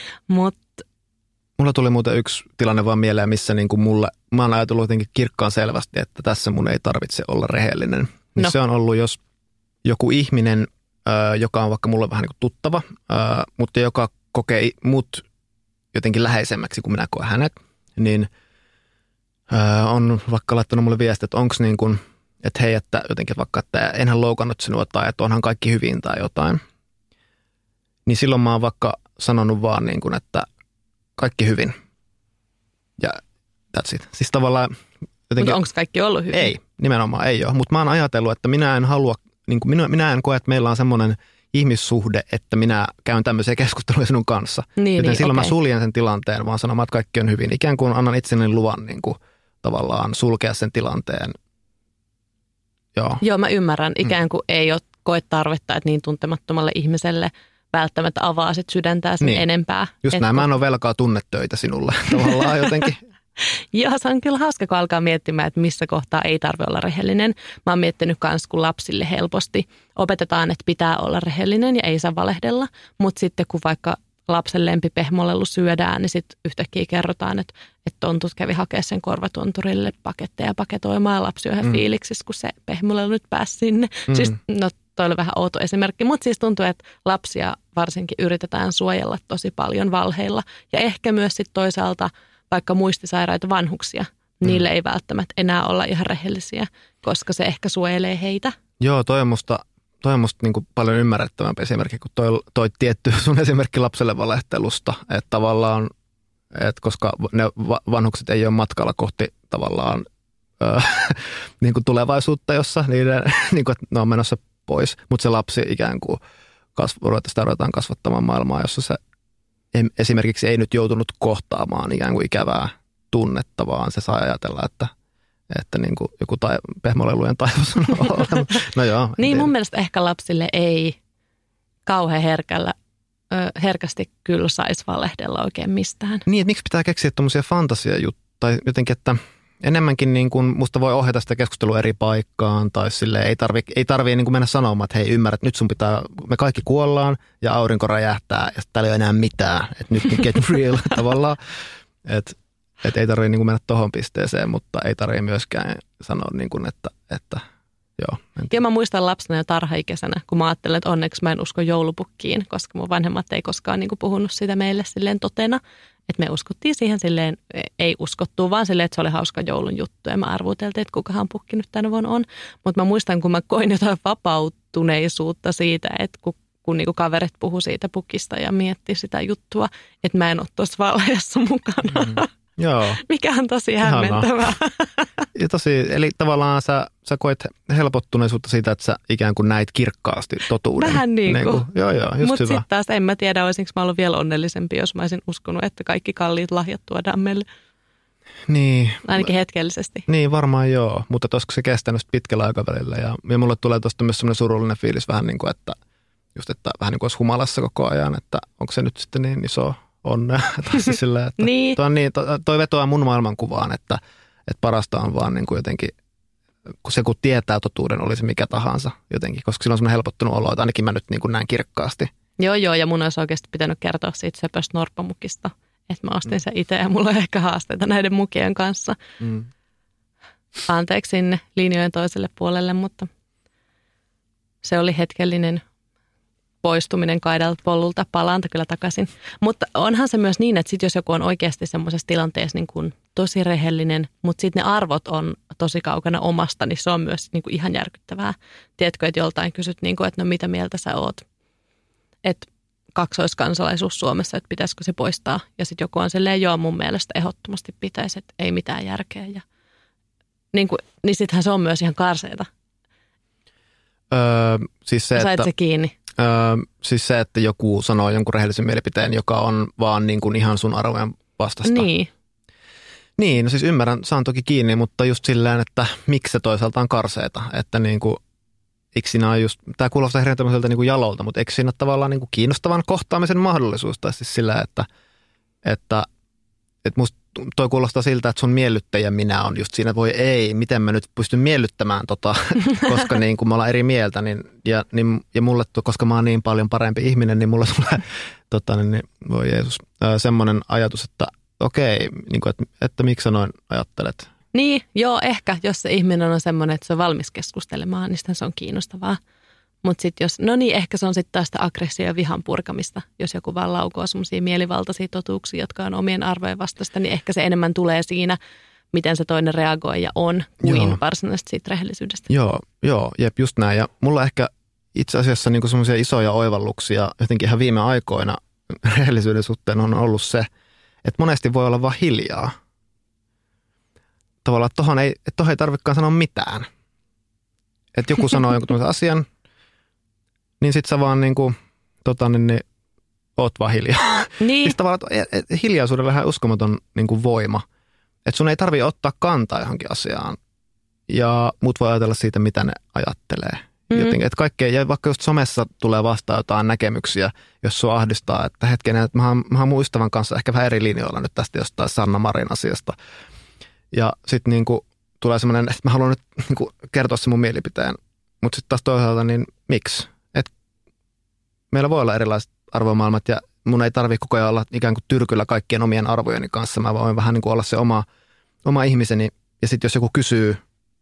Mulla tuli muuten yksi tilanne vaan mieleen, missä niin kuin mä oon ajatellut jotenkin kirkkaan selvästi, että tässä mun ei tarvitse olla rehellinen. No. Se on ollut, jos joku ihminen, joka on vaikka mulle vähän niin kuin tuttava, mutta joka kokee mut jotenkin läheisemmäksi kuin minä koen hänet, niin on vaikka laittanut mulle viestiä, että onko niin kuin, että hei, että jotenkin vaikka, että enhän loukannut sinua tai että onhan kaikki hyvin tai jotain. Niin silloin mä oon vaikka sanonut vaan niin kuin, että kaikki hyvin. Ja that's it. Siis tavallaan jotenkin... Mutta onko kaikki ollut hyvin? Ei, nimenomaan ei ole. Mutta mä oon ajatellut, että minä en halua, niin kuin minä en koe, että meillä on semmoinen ihmissuhde, että minä käyn tämmöisiä keskusteluja sinun kanssa. Joten silloin mä suljen sen tilanteen, vaan sanomaan, että kaikki on hyvin. Ikään kuin annan itselleni luvan niin kuin, tavallaan sulkea sen tilanteen. Joo, mä ymmärrän. Ikään kuin ei ole koe tarvetta, että niin tuntemattomalle ihmiselle välttämättä avaa sit sydäntää sen enempää. Just näin, mä en ole velkaa tunnetöitä sinulle tavallaan jotenkin. Joo, se on kyllä hauska, kun alkaa miettimään, että missä kohtaa ei tarvitse olla rehellinen. Mä oon miettinyt myös, kun lapsille helposti opetetaan, että pitää olla rehellinen ja ei saa valehdella. Mutta sitten kun vaikka lapsen lempipehmolelu syödään, niin sitten yhtäkkiä kerrotaan, että tontut kävi hakemaan sen korvatunturille paketteja paketoimaan ja lapsi on ihan fiiliksissä, kun se pehmolelu nyt pääsi sinne. Siis, no toi oli vähän outo esimerkki, mutta siis tuntuu, että lapsia varsinkin yritetään suojella tosi paljon valheilla. Ja ehkä myös sitten toisaalta vaikka muistisairaita vanhuksia, niille ei välttämättä enää olla ihan rehellisiä, koska se ehkä suojelee heitä. Joo, toi on musta niin kuin paljon ymmärrettävämpi esimerkki kuin toi tietty sun esimerkki lapselle valehtelusta. Että tavallaan, että koska ne vanhukset ei ole matkalla kohti tavallaan niin kuin tulevaisuutta, jossa niiden, niin kuin, että ne on menossa pois. Mutta se lapsi ikään kuin sitä ruvetaan kasvattamaan maailmaa, jossa se esimerkiksi ei nyt joutunut kohtaamaan ikään kuin ikävää tunnetta, vaan se saa ajatella, että niin kuin joku pehmolelujen taivas on olemassa. No joo. Niin mun mielestä ehkä lapsille ei kauhean herkästi kyllä saisi valehdella oikein mistään. Niin, että miksi pitää keksiä tuommoisia fantasiajuttuja, tai jotenkin, että enemmänkin niin kuin musta voi ohjata sitä keskustelua eri paikkaan, tai silleen ei tarvii niin kuin mennä sanomaan, että hei ymmärrät, nyt sun pitää, me kaikki kuollaan, ja aurinko räjähtää, ja täällä ei ole enää mitään, että nyt get real tavallaan, että ei tarvitse niin kuin mennä tohon pisteeseen, mutta ei tarvitse myöskään sanoa, niin kuin, että joo. Ja mä muistan lapsena jo tarhaikäisenä, kun mä ajattelin, että onneksi mä en usko joulupukkiin, koska mun vanhemmat ei koskaan niin kuin puhunut sitä meille silleen totena. Että me uskottiin siihen silleen, ei uskottua, vaan silleen, että se oli hauska joulun juttu. Ja mä arvuteltiin, että kukahan pukki nyt tänä vuonna on. Mutta mä muistan, kun mä koin jotain vapautuneisuutta siitä, että kun niinku kaverit puhui siitä pukista ja mietti sitä juttua, että mä en ole tuossa valheessa mukana. Joo. Mikä on tosi hämmentävää. Ja eli tavallaan sä koet helpottuneisuutta siitä, että sä ikään kuin näit kirkkaasti totuuden. Vähän niin kuin. Joo, just hyvä. Mutta sitten taas en mä tiedä, olisinko mä ollut vielä onnellisempi, jos mä olisin uskonut, että kaikki kalliit lahjat tuodaan meille. Niin. Ainakin hetkellisesti. Niin, varmaan joo. Mutta olisiko se kestänyt pitkällä aikavälillä. Ja mulle tulee tuosta myös sellainen surullinen fiilis vähän niin kuin, että vähän niin kuin olisi humalassa koko ajan, että onko se nyt sitten niin iso onnea. Sillä, että niin. Toi vetoaa mun maailmankuvaan, että parasta on vaan niin kuin jotenkin, kun tietää totuuden, oli se mikä tahansa jotenkin, koska silloin on semmoinen helpottunut olo, että ainakin mä nyt niin kuin näen kirkkaasti. Joo, ja mun olisi oikeasti pitänyt kertoa siitä söpöstä norppamukista, että mä ostin sen itse ja mulla on ehkä haasteita näiden mukien kanssa. Anteeksi sinne linjojen toiselle puolelle, mutta se oli hetkellinen poistuminen kaidalta pollulta, palaan kyllä takaisin. Mutta onhan se myös niin, että sit jos joku on oikeasti semmoisessa tilanteessa niin kuin tosi rehellinen, mutta sitten ne arvot on tosi kaukana omasta, niin se on myös niin kuin ihan järkyttävää. Tiedätkö, että joltain kysyt, niin kuin, että no mitä mieltä sä oot? Että kaksoiskansalaisuus Suomessa, että pitäisikö se poistaa? Ja sitten joku on silleen, joo mun mielestä ehdottomasti pitäisi, että ei mitään järkeä. Ja, niin sittenhän se on myös ihan karseeta. Siis se, sait se kiinni? Siis se, että joku sanoo jonkun rehellisen mielipiteen, joka on vaan niin kuin ihan sun arvojen vastasta. Niin, no siis saan toki kiinni, mutta just silleen, että miksi se toisaalta on karseeta. Että niin kuin, eikö siinä ole just, tämä kuulostaa hirveän tämmöiseltä niin kuin jalolta, mutta eikö siinä ole tavallaan niin kuin kiinnostavan kohtaamisen mahdollisuus? Tai siis sillä, että musta toi kuulostaa siltä, että sun miellyttäjä minä on just siinä, että voi ei, miten mä nyt pystyn miellyttämään koska niin kun me ollaan eri mieltä, ja mulle, koska mä oon niin paljon parempi ihminen, niin mulle tulee, niin voi Jeesus, semmoinen ajatus, että okei, niin kuin, että miksi sä noin ajattelet? Niin, joo, ehkä, jos se ihminen on semmoinen, että se on valmis keskustelemaan, niin se on kiinnostavaa. Mutta sitten ehkä se on sitten taas sitä aggressio ja vihan purkamista. Jos joku vaan laukoo semmoisia mielivaltaisia totuuksia, jotka on omien arvojen vastaista, niin ehkä se enemmän tulee siinä, miten se toinen reagoi ja on, kuin varsinaisesti siitä rehellisyydestä. Joo, jep, just näin. Ja mulla ehkä itse asiassa niinku semmoisia isoja oivalluksia jotenkin ihan viime aikoina rehellisyyden suhteen on ollut se, että monesti voi olla vaan hiljaa. Tavallaan, että tohon ei tarvitsekaan sanoa mitään. Että joku sanoo jonkun tämmöisen asian, niin sit sä vaan niinku, oot vaan hiljaa. Niin. Siis tavallaan, että hiljaisuudella ihan uskomaton niinku voima. Että sun ei tarvitse ottaa kantaa johonkin asiaan. Ja muut voi ajatella siitä, mitä ne ajattelee. Jotenkin, että kaikkea, ja vaikka just somessa tulee vastaan jotain näkemyksiä, jos sua ahdistaa, että hetkinen, että mä oon mun ystävän kanssa ehkä vähän eri linjoilla nyt tästä jostain Sanna Marin asiasta. Ja sitten niinku tulee semmoinen, että mä haluan nyt niinku kertoa se mun mielipiteen. Mutta sitten taas toisaalta, niin miksi? Et meillä voi olla erilaiset arvomaailmat ja mun ei tarvitse koko ajan olla ikään kuin tyrkyllä kaikkien omien arvojeni kanssa. Mä voin vähän niin kuin olla se oma ihmiseni. Ja sitten jos joku kysyy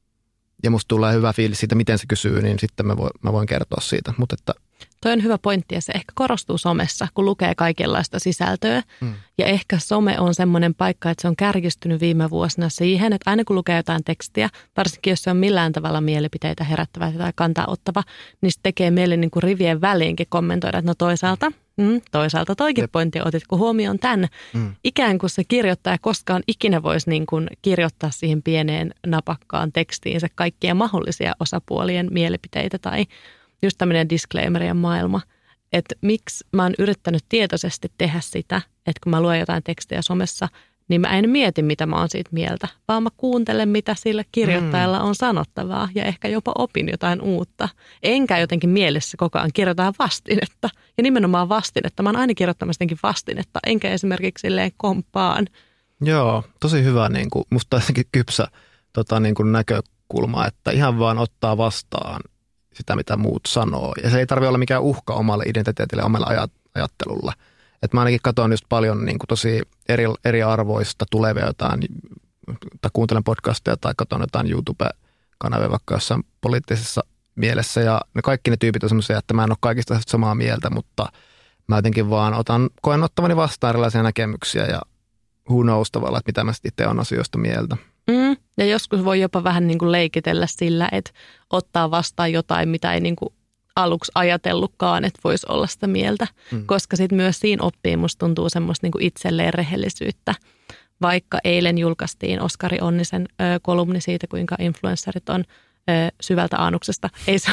ja musta tulee hyvä fiilis siitä, miten se kysyy, niin sitten mä voin kertoa siitä. Mutta että toi on hyvä pointti ja se ehkä korostuu somessa, kun lukee kaikenlaista sisältöä. Ja ehkä some on semmoinen paikka, että se on kärjistynyt viime vuosina siihen, että aina kun lukee jotain tekstiä, varsinkin jos se on millään tavalla mielipiteitä herättävä tai kantaa ottava, niin se tekee meille niin kuin rivien väliinkin kommentoida, että no toisaalta toikin pointti, otitko huomioon tämän. Ikään kuin se kirjoittaja koskaan ikinä voisi niin kuin kirjoittaa siihen pieneen napakkaan tekstiinsä kaikkia mahdollisia osapuolien mielipiteitä tai just tämmöinen disclaimerien maailma, että miksi mä oon yrittänyt tietoisesti tehdä sitä, että kun mä luen jotain tekstiä somessa, niin mä en mieti, mitä mä oon siitä mieltä, vaan mä kuuntelen, mitä sillä kirjoittajalla on sanottavaa ja ehkä jopa opin jotain uutta. Enkä jotenkin mielessä koko ajan kirjoita vastinetta ja nimenomaan vastinetta. Mä oon aina kirjoittamassa jotenkin vastinetta, enkä esimerkiksi silleen komppaan. Joo, tosi hyvä, niin kuin, musta jotenkin kypsä niin kuin näkökulma, että ihan vaan ottaa vastaan sitä, mitä muut sanoo. Ja se ei tarvitse olla mikään uhka omalle identiteetille, omalle ajattelulle. Et mä ainakin katson just paljon niin kuin tosi eri arvoista tulevia jotain, tai kuuntelen podcasteja tai katson jotain YouTube-kanavia vaikka jossain poliittisessa mielessä. Ja kaikki ne tyypit on semmoisia, että mä en ole kaikista samaa mieltä, mutta mä jotenkin vaan koen ottavani vastaan erilaisia näkemyksiä ja who knows tavallaan, että mitä mä sitten itse on asioista mieltä. Ja joskus voi jopa vähän niin kuin leikitellä sillä, että ottaa vastaan jotain, mitä ei niin kuin aluksi ajatellutkaan, että voisi olla sitä mieltä. Koska sitten myös siinä oppii, musta tuntuu semmoista niin kuin itselleen rehellisyyttä. Vaikka eilen julkaistiin Oskari Onnisen kolumni siitä, kuinka influencerit on syvältä aanuksesta.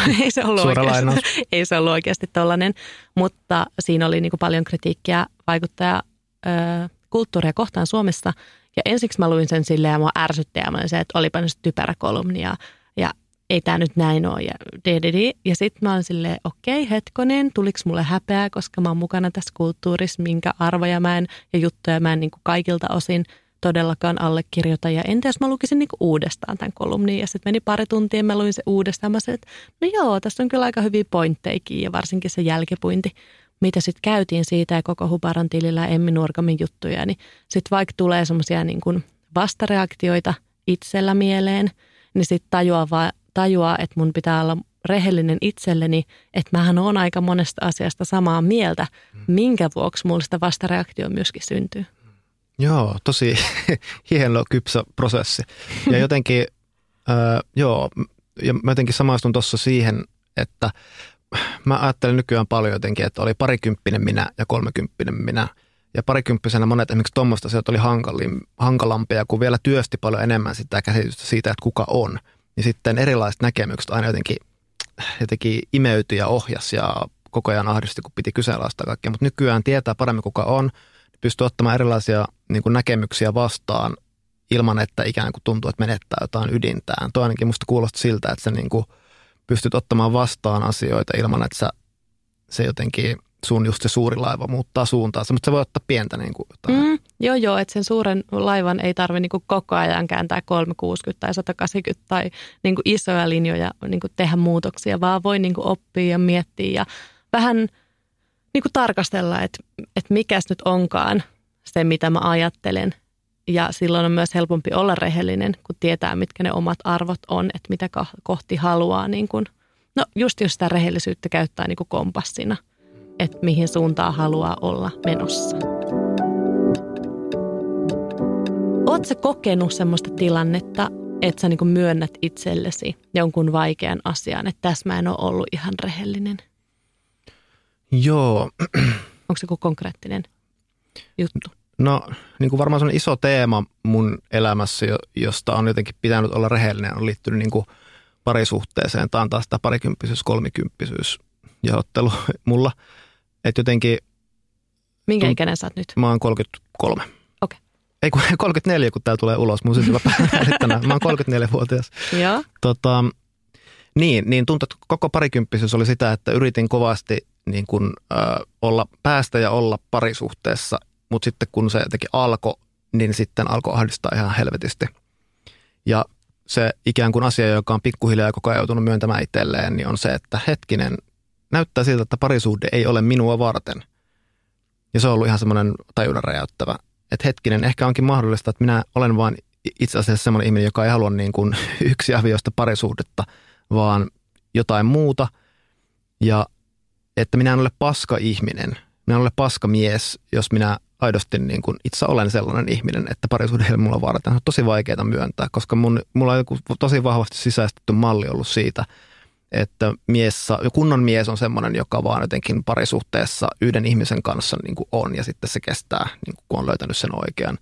Ei se ollut oikeasti tollainen, mutta siinä oli niin kuin paljon kritiikkiä vaikuttajakulttuuria kohtaan Suomessa. Ja ensiksi mä luin sen silleen ja mua ärsytti ja mä olin se, että olipa nyt typerä kolumni ja ei tää nyt näin ole ja sitten mä olin silleen, okei, hetkonen, tuliko mulle häpeää, koska mä oon mukana tässä kulttuurissa, minkä arvoja ja juttuja mä en niin kuin kaikilta osin todellakaan allekirjoita. Ja entä jos mä lukisin niin kuin uudestaan tämän kolumnin ja sitten meni pari tuntia ja mä luin se uudestaan. Mä sanoin, että no joo, tässä on kyllä aika hyviä pointteikin ja varsinkin se jälkipuinti, mitä sitten käytiin siitä ja koko Hubaran tilillä ja Emmi Nurkamin juttuja, niin sitten vaikka tulee semmoisia niin kuin vastareaktioita itsellä mieleen, niin sitten tajuaa, että mun pitää olla rehellinen itselleni, että mähän on aika monesta asiasta samaa mieltä, minkä vuoksi mulla sitä vastareaktio myöskin syntyy. Joo, tosi hieno kypsä prosessi. Ja jotenkin, ja mä jotenkin samaistun tuossa siihen, että mä ajattelen nykyään paljon jotenkin, että oli parikymppinen minä ja 30 minä. Ja parikymppisenä monet esimerkiksi tuommoista asiat oli hankalampia, kun vielä työsti paljon enemmän sitä käsitystä siitä, että kuka on. Niin sitten erilaiset näkemykset aina jotenkin imeytyi ja ohjasi ja koko ajan ahdisti, kun piti kyseenalaistaa kaikkea. Mutta nykyään tietää paremmin kuka on, pystyy ottamaan erilaisia niin kuin näkemyksiä vastaan ilman, että ikään kuin tuntuu, että menettää jotain ydintään. Tuo ainakin musta kuulosti siltä, että sä niin kuin pystyt ottamaan vastaan asioita ilman, että se jotenkin sun just se suuri laiva muuttaa suuntaansa, mutta se voi ottaa pientä niin kuin jotain. Joo, että sen suuren laivan ei tarvitse niin kuin koko ajan kääntää 360 tai 180 tai niin kuin isoja linjoja niin kuin tehdä muutoksia, vaan voi niin kuin oppia ja miettiä ja vähän niin kuin tarkastella, että mikäs nyt onkaan se, mitä mä ajattelen. Ja silloin on myös helpompi olla rehellinen, kun tietää, mitkä ne omat arvot on, että mitä kohti haluaa. Niin kuin, no just jos sitä rehellisyyttä käyttää niin kuin kompassina, että mihin suuntaan haluaa olla menossa. Ootko sä kokenut semmoista tilannetta, että sä niin kuin myönnät itsellesi jonkun vaikean asian, että tässä mä en ole ollut ihan rehellinen? Joo. Onko se joku konkreettinen juttu? No niin kuin varmaan sellainen iso teema mun elämässä, josta on jotenkin pitänyt olla rehellinen, on liittynyt niin kuin parisuhteeseen. Tämä on taas sitä parikymppisyys, kolmikymppisyys jaottelu mulla. Että jotenkin... Minkä ikäinen sä oot nyt? Mä oon 33. Okei. Ei kun 34, kun tää tulee ulos. Mun syntymäpäivänä. Mä oon 34-vuotias. Joo. Niin tuntuu, että koko parikymppisyys oli sitä, että yritin kovasti niin kuin, olla päästä ja olla parisuhteessa. Mutta sitten kun se jotenkin alkoi, niin sitten alkoi ahdistaa ihan helvetisti. Ja se ikään kuin asia, joka on pikkuhiljaa koko ajan joutunut myöntämään itselleen, niin on se, että hetkinen, näyttää siltä, että parisuhde ei ole minua varten. Ja se on ollut ihan semmoinen tajunnan räjäyttävä. Että hetkinen, ehkä onkin mahdollista, että minä olen vain itse asiassa semmoinen ihminen, joka ei halua niin kuin yksi avioista parisuhdetta, vaan jotain muuta. Ja että minä en ole paska ihminen, minä en ole paska mies, jos minä aidosti niin kuin itse olen sellainen ihminen, että parisuhde ei mulla varten. Se on tosi vaikeaa myöntää, koska mulla on joku tosi vahvasti sisäistetty malli ollut siitä, että kunnon mies on semmoinen, joka vaan jotenkin parisuhteessa yhden ihmisen kanssa niin kuin on ja sitten se kestää, niin kuin kun on löytänyt sen oikean.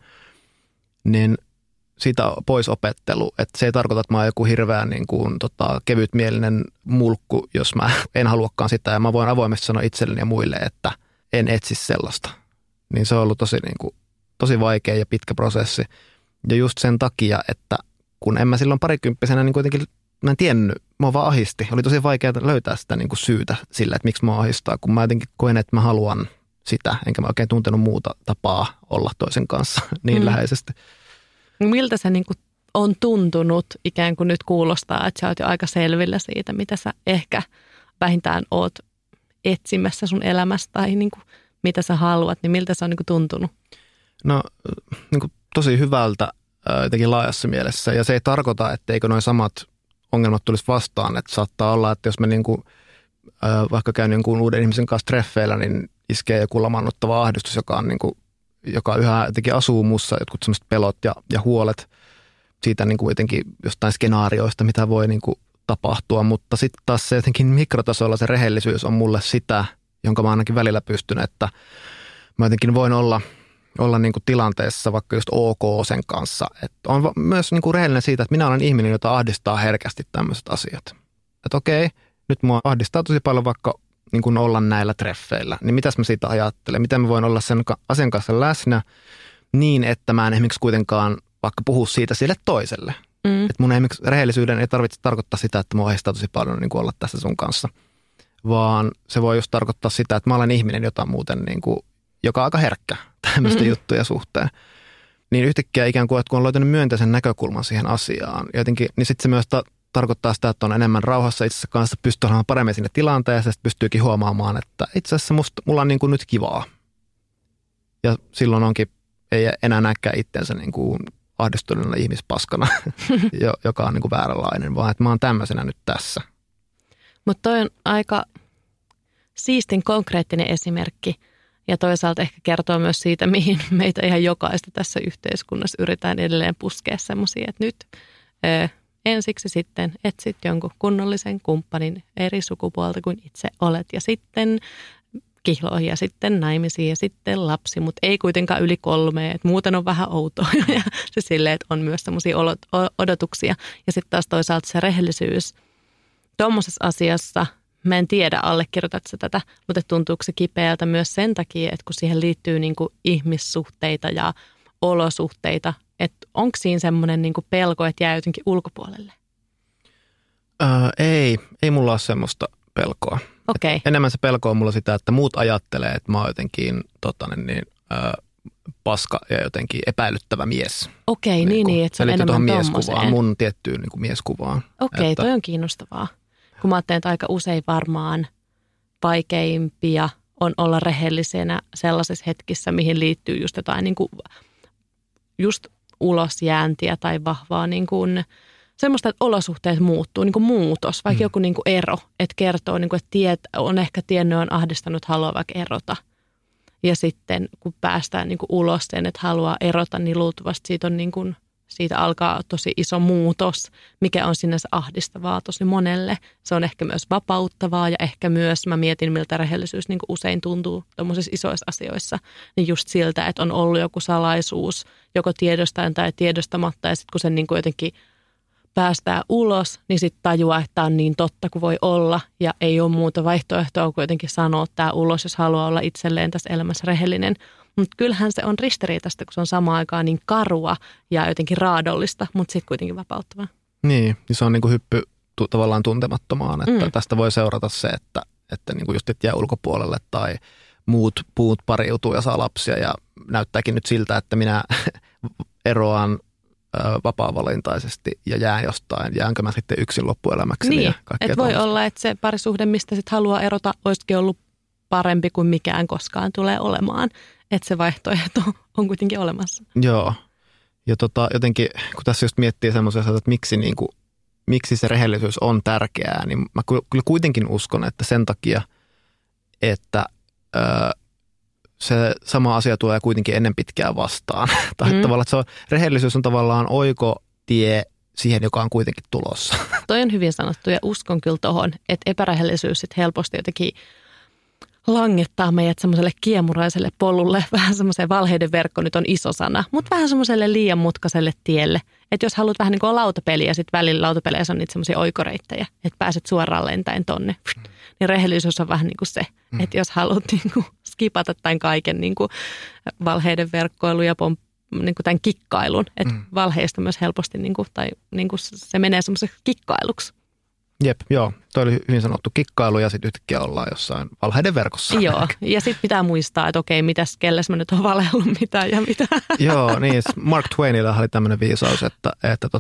Niin siitä pois opettelu, että se ei tarkoita, että mä oon joku hirveän niin kuin, kevytmielinen mulkku, jos mä en haluakaan sitä ja mä voin avoimesti sanoa itselleni ja muille, että en etsi sellaista. Niin se on ollut tosi vaikea ja pitkä prosessi. Ja just sen takia, että kun en mä silloin parikymppisenä niin kuitenkin, mä en tiennyt, mä vaan ahisti. Oli tosi vaikea löytää sitä niin kuin syytä sille, että miksi mä ahistaa, kun mä jotenkin koen, että mä haluan sitä, enkä mä oikein tuntenut muuta tapaa olla toisen kanssa niin läheisesti. Miltä se niin kuin on tuntunut, ikään kuin nyt kuulostaa, että sä oot jo aika selvillä siitä, mitä sä ehkä vähintään oot etsimässä sun elämästä tai niin kuin mitä sä haluat, niin miltä se on niin kuin tuntunut? No niin kuin tosi hyvältä jotenkin laajassa mielessä. Ja se ei tarkoita, etteikö noin samat ongelmat tulisi vastaan. Että saattaa olla, että jos mä niin kuin, vaikka käyn jonkun uuden ihmisen kanssa treffeillä, niin iskee joku lamaannuttava ahdistus, joka yhä jotenkin asuu mussa, jotkut sellaiset pelot ja huolet siitä niin kuin jotenkin jostain skenaarioista, mitä voi niin kuin tapahtua. Mutta sitten taas se jotenkin mikrotasolla se rehellisyys on mulle sitä, jonka mä ainakin välillä pystyn, että mä jotenkin voin olla niin kuin tilanteessa vaikka just ok sen kanssa. Että on myös niin kuin rehellinen siitä, että minä olen ihminen, jota ahdistaa herkästi tämmöiset asiat. Että okei, nyt mua ahdistaa tosi paljon vaikka niin kuin olla näillä treffeillä. Niin mitäs mä siitä ajattelen? Miten mä voin olla sen asian kanssa läsnä niin, että mä en esimerkiksi kuitenkaan vaikka puhu siitä sille toiselle. Että mun esimerkiksi rehellisyyden ei tarvitse tarkoittaa sitä, että mua ahdistaa tosi paljon niin kuin olla tässä sun kanssa. Vaan se voi just tarkoittaa sitä, että mä olen ihminen, joka on aika herkkä tämmöistä juttuja suhteen. Niin yhtäkkiä ikään kuin, että kun on löytänyt myönteisen näkökulman siihen asiaan, jotenkin, niin sitten se myös tarkoittaa sitä, että on enemmän rauhassa itsensä kanssa, pystyy olemaan paremmin sinne tilanteeseen, ja sitten pystyykin huomaamaan, että itse asiassa mulla on niin kuin nyt kivaa. Ja silloin ei enää näkään itsensä niin kuin ahdistuneena ihmispaskana, joka on niin kuin vääränlainen, vaan että mä oon tämmöisenä nyt tässä. Mutta toi on aika siistin konkreettinen esimerkki ja toisaalta ehkä kertoo myös siitä, mihin meitä ihan jokaista tässä yhteiskunnassa yritetään edelleen puskea semmoisia, että nyt ensiksi sitten etsit jonkun kunnollisen kumppanin eri sukupuolta kuin itse olet ja sitten kihloihin ja sitten naimisiin ja sitten lapsi, mutta ei kuitenkaan yli 3, että muuten on vähän outoa ja se silleen, että on myös semmoisia odotuksia ja sitten taas toisaalta se rehellisyys. Tuommoisessa asiassa, mä en tiedä, allekirjoitat sä tätä, mutta tuntuuko se kipeältä myös sen takia, että kun siihen liittyy niin kuin ihmissuhteita ja olosuhteita, että onko siinä semmoinen niin kuin pelko, että jää jotenkin ulkopuolelle? Ei mulla ole semmoista pelkoa. Okei. Enemmän se pelko on mulla sitä, että muut ajattelee, että mä oon jotenkin paska ja jotenkin epäilyttävä mies. Okei, niin, että se on enemmän tommoseen. Mun tiettyyn niin kuin mieskuvaan. Okei, toi on kiinnostavaa. Kun mä ajattelen, että aika usein varmaan vaikeimpia on olla rehellisenä sellaisissa hetkissä, mihin liittyy just jotain niin kuin, just ulosjääntiä tai vahvaa niin kuin, semmoista, että olosuhteet muuttuu, niin kuin muutos, vaikka joku niin kuin ero, että kertoo, niin kuin, että on ehkä tiennyt, on ahdistanut, haluaa vaikka erota. Ja sitten kun päästään niin kuin ulos sen, että haluaa erota, niin luultavasti siitä, on niin kuin, siitä alkaa tosi iso muutos, mikä on sinänsä ahdistavaa tosi monelle. Se on ehkä myös vapauttavaa ja ehkä myös, mä mietin miltä rehellisyys niin kuin usein tuntuu tuollaisissa isoissa asioissa, niin just siltä, että on ollut joku salaisuus, joko tiedostaen tai tiedostamatta ja sitten kun sen niin kuin jotenkin päästään ulos, niin sitten tajuaa, että tämä on niin totta kuin voi olla ja ei ole muuta vaihtoehtoa kuin jotenkin sanoa tämä ulos, jos haluaa olla itselleen tässä elämässä rehellinen. Mutta kyllähän se on ristiriitaista, kun se on samaan aikaan niin karua ja jotenkin raadollista, mutta sitten kuitenkin vapauttavaa. Niin se on niin kuin hyppy tavallaan tuntemattomaan, että tästä voi seurata se, että niin kuin just et jää ulkopuolelle tai muut pariutuu ja saa lapsia ja näyttääkin nyt siltä, että minä eroan vapaa-valintaisesti ja jään jostain. Jäänkö mä sitten yksin loppuelämäkseni? Niin, että voi olla, että se parisuhde, mistä sitten haluaa erota, olisikin ollut parempi kuin mikään koskaan tulee olemaan. Että se vaihtoehto on kuitenkin olemassa. Joo. Ja jotenkin, kun tässä just miettii semmoisia, että miksi se rehellisyys on tärkeää, niin mä kyllä kuitenkin uskon, että sen takia, että se sama asia tulee kuitenkin ennen pitkään vastaan. Tai tavallaan, että rehellisyys on tavallaan oikotie siihen, joka on kuitenkin tulossa. Toi on hyvin sanottu ja uskon kyllä tohon, että epärehellisyys sit helposti jotenkin langettaa meidät semmoiselle kiemuraiselle polulle, vähän semmoiseen valheiden verkko nyt on iso sana, mutta vähän semmoiselle liian mutkaiselle tielle. Että jos haluat vähän niin kuin lautapeliä, sitten välillä lautapeleissä on niitä semmoisia oikoreittejä, että pääset suoraan lentäen tonne, niin rehellisyys on vähän niin kuin se, että jos haluat niin kuin skipata tämän kaiken niin kuin valheiden verkkoilu ja niin kuin tämän kikkailun, että valheista myös helposti niin kuin, tai niin kuin se menee semmoiseksi kikkailuksi. Jep, joo. Toi oli hyvin sanottu kikkailu ja sitten yhtäkkiä ollaan jossain valheiden verkossa. Joo, ja sitten pitää muistaa, että okei, mitäs kelles mä nyt oon valehdellut mitä ja mitä. Joo, niin Mark Twainilla oli tämmöinen viisaus, että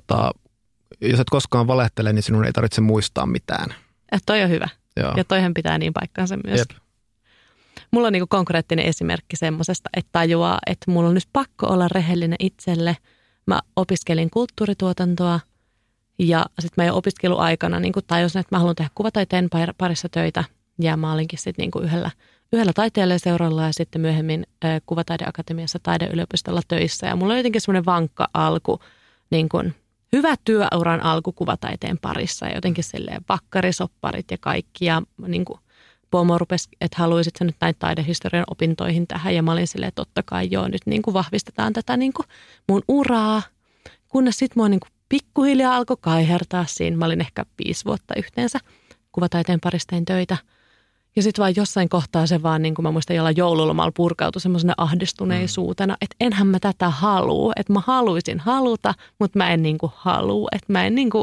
jos et koskaan valehtele, niin sinun ei tarvitse muistaa mitään. Toi on hyvä. Joo. Ja toihan pitää niin paikkaansa myös. Jep. Mulla on niinku konkreettinen esimerkki semmoisesta, että tajuaa, että mulla on nyt pakko olla rehellinen itselle. Mä opiskelin kulttuurituotantoa. Ja sitten mä jo opiskeluaikana niin tajusin, että mä haluan tehdä kuvataiteen parissa töitä. Ja mä olinkin sitten niin yhdellä taiteilijaseuralla ja sitten myöhemmin Kuvataideakatemiassa taideyliopistolla töissä. Ja mulla oli jotenkin semmoinen vankka alku, niin kuin hyvä työuran alku kuvataiteen parissa. Ja jotenkin silleen vakkarisopparit ja kaikki. Ja niin kuin pomo rupesi, että haluaisit sä nyt näin taidehistorian opintoihin tähän. Ja mä olin silleen, että totta kai joo, nyt niin kuin vahvistetaan tätä niin kuin mun uraa. Kunnes sitten mua niin kuin pikkuhiljaa alkoi kaihertaa siinä. Mä olin ehkä 5 vuotta yhteensä kuvataiteen parissa tein töitä. Ja sitten vaan jossain kohtaa se vaan, niin kuin mä muistan jollain joululomalla purkautui semmoisena ahdistuneisuutena, että enhän mä tätä halua. Että mä haluaisin haluta, mutta mä en niin kuin halua. Että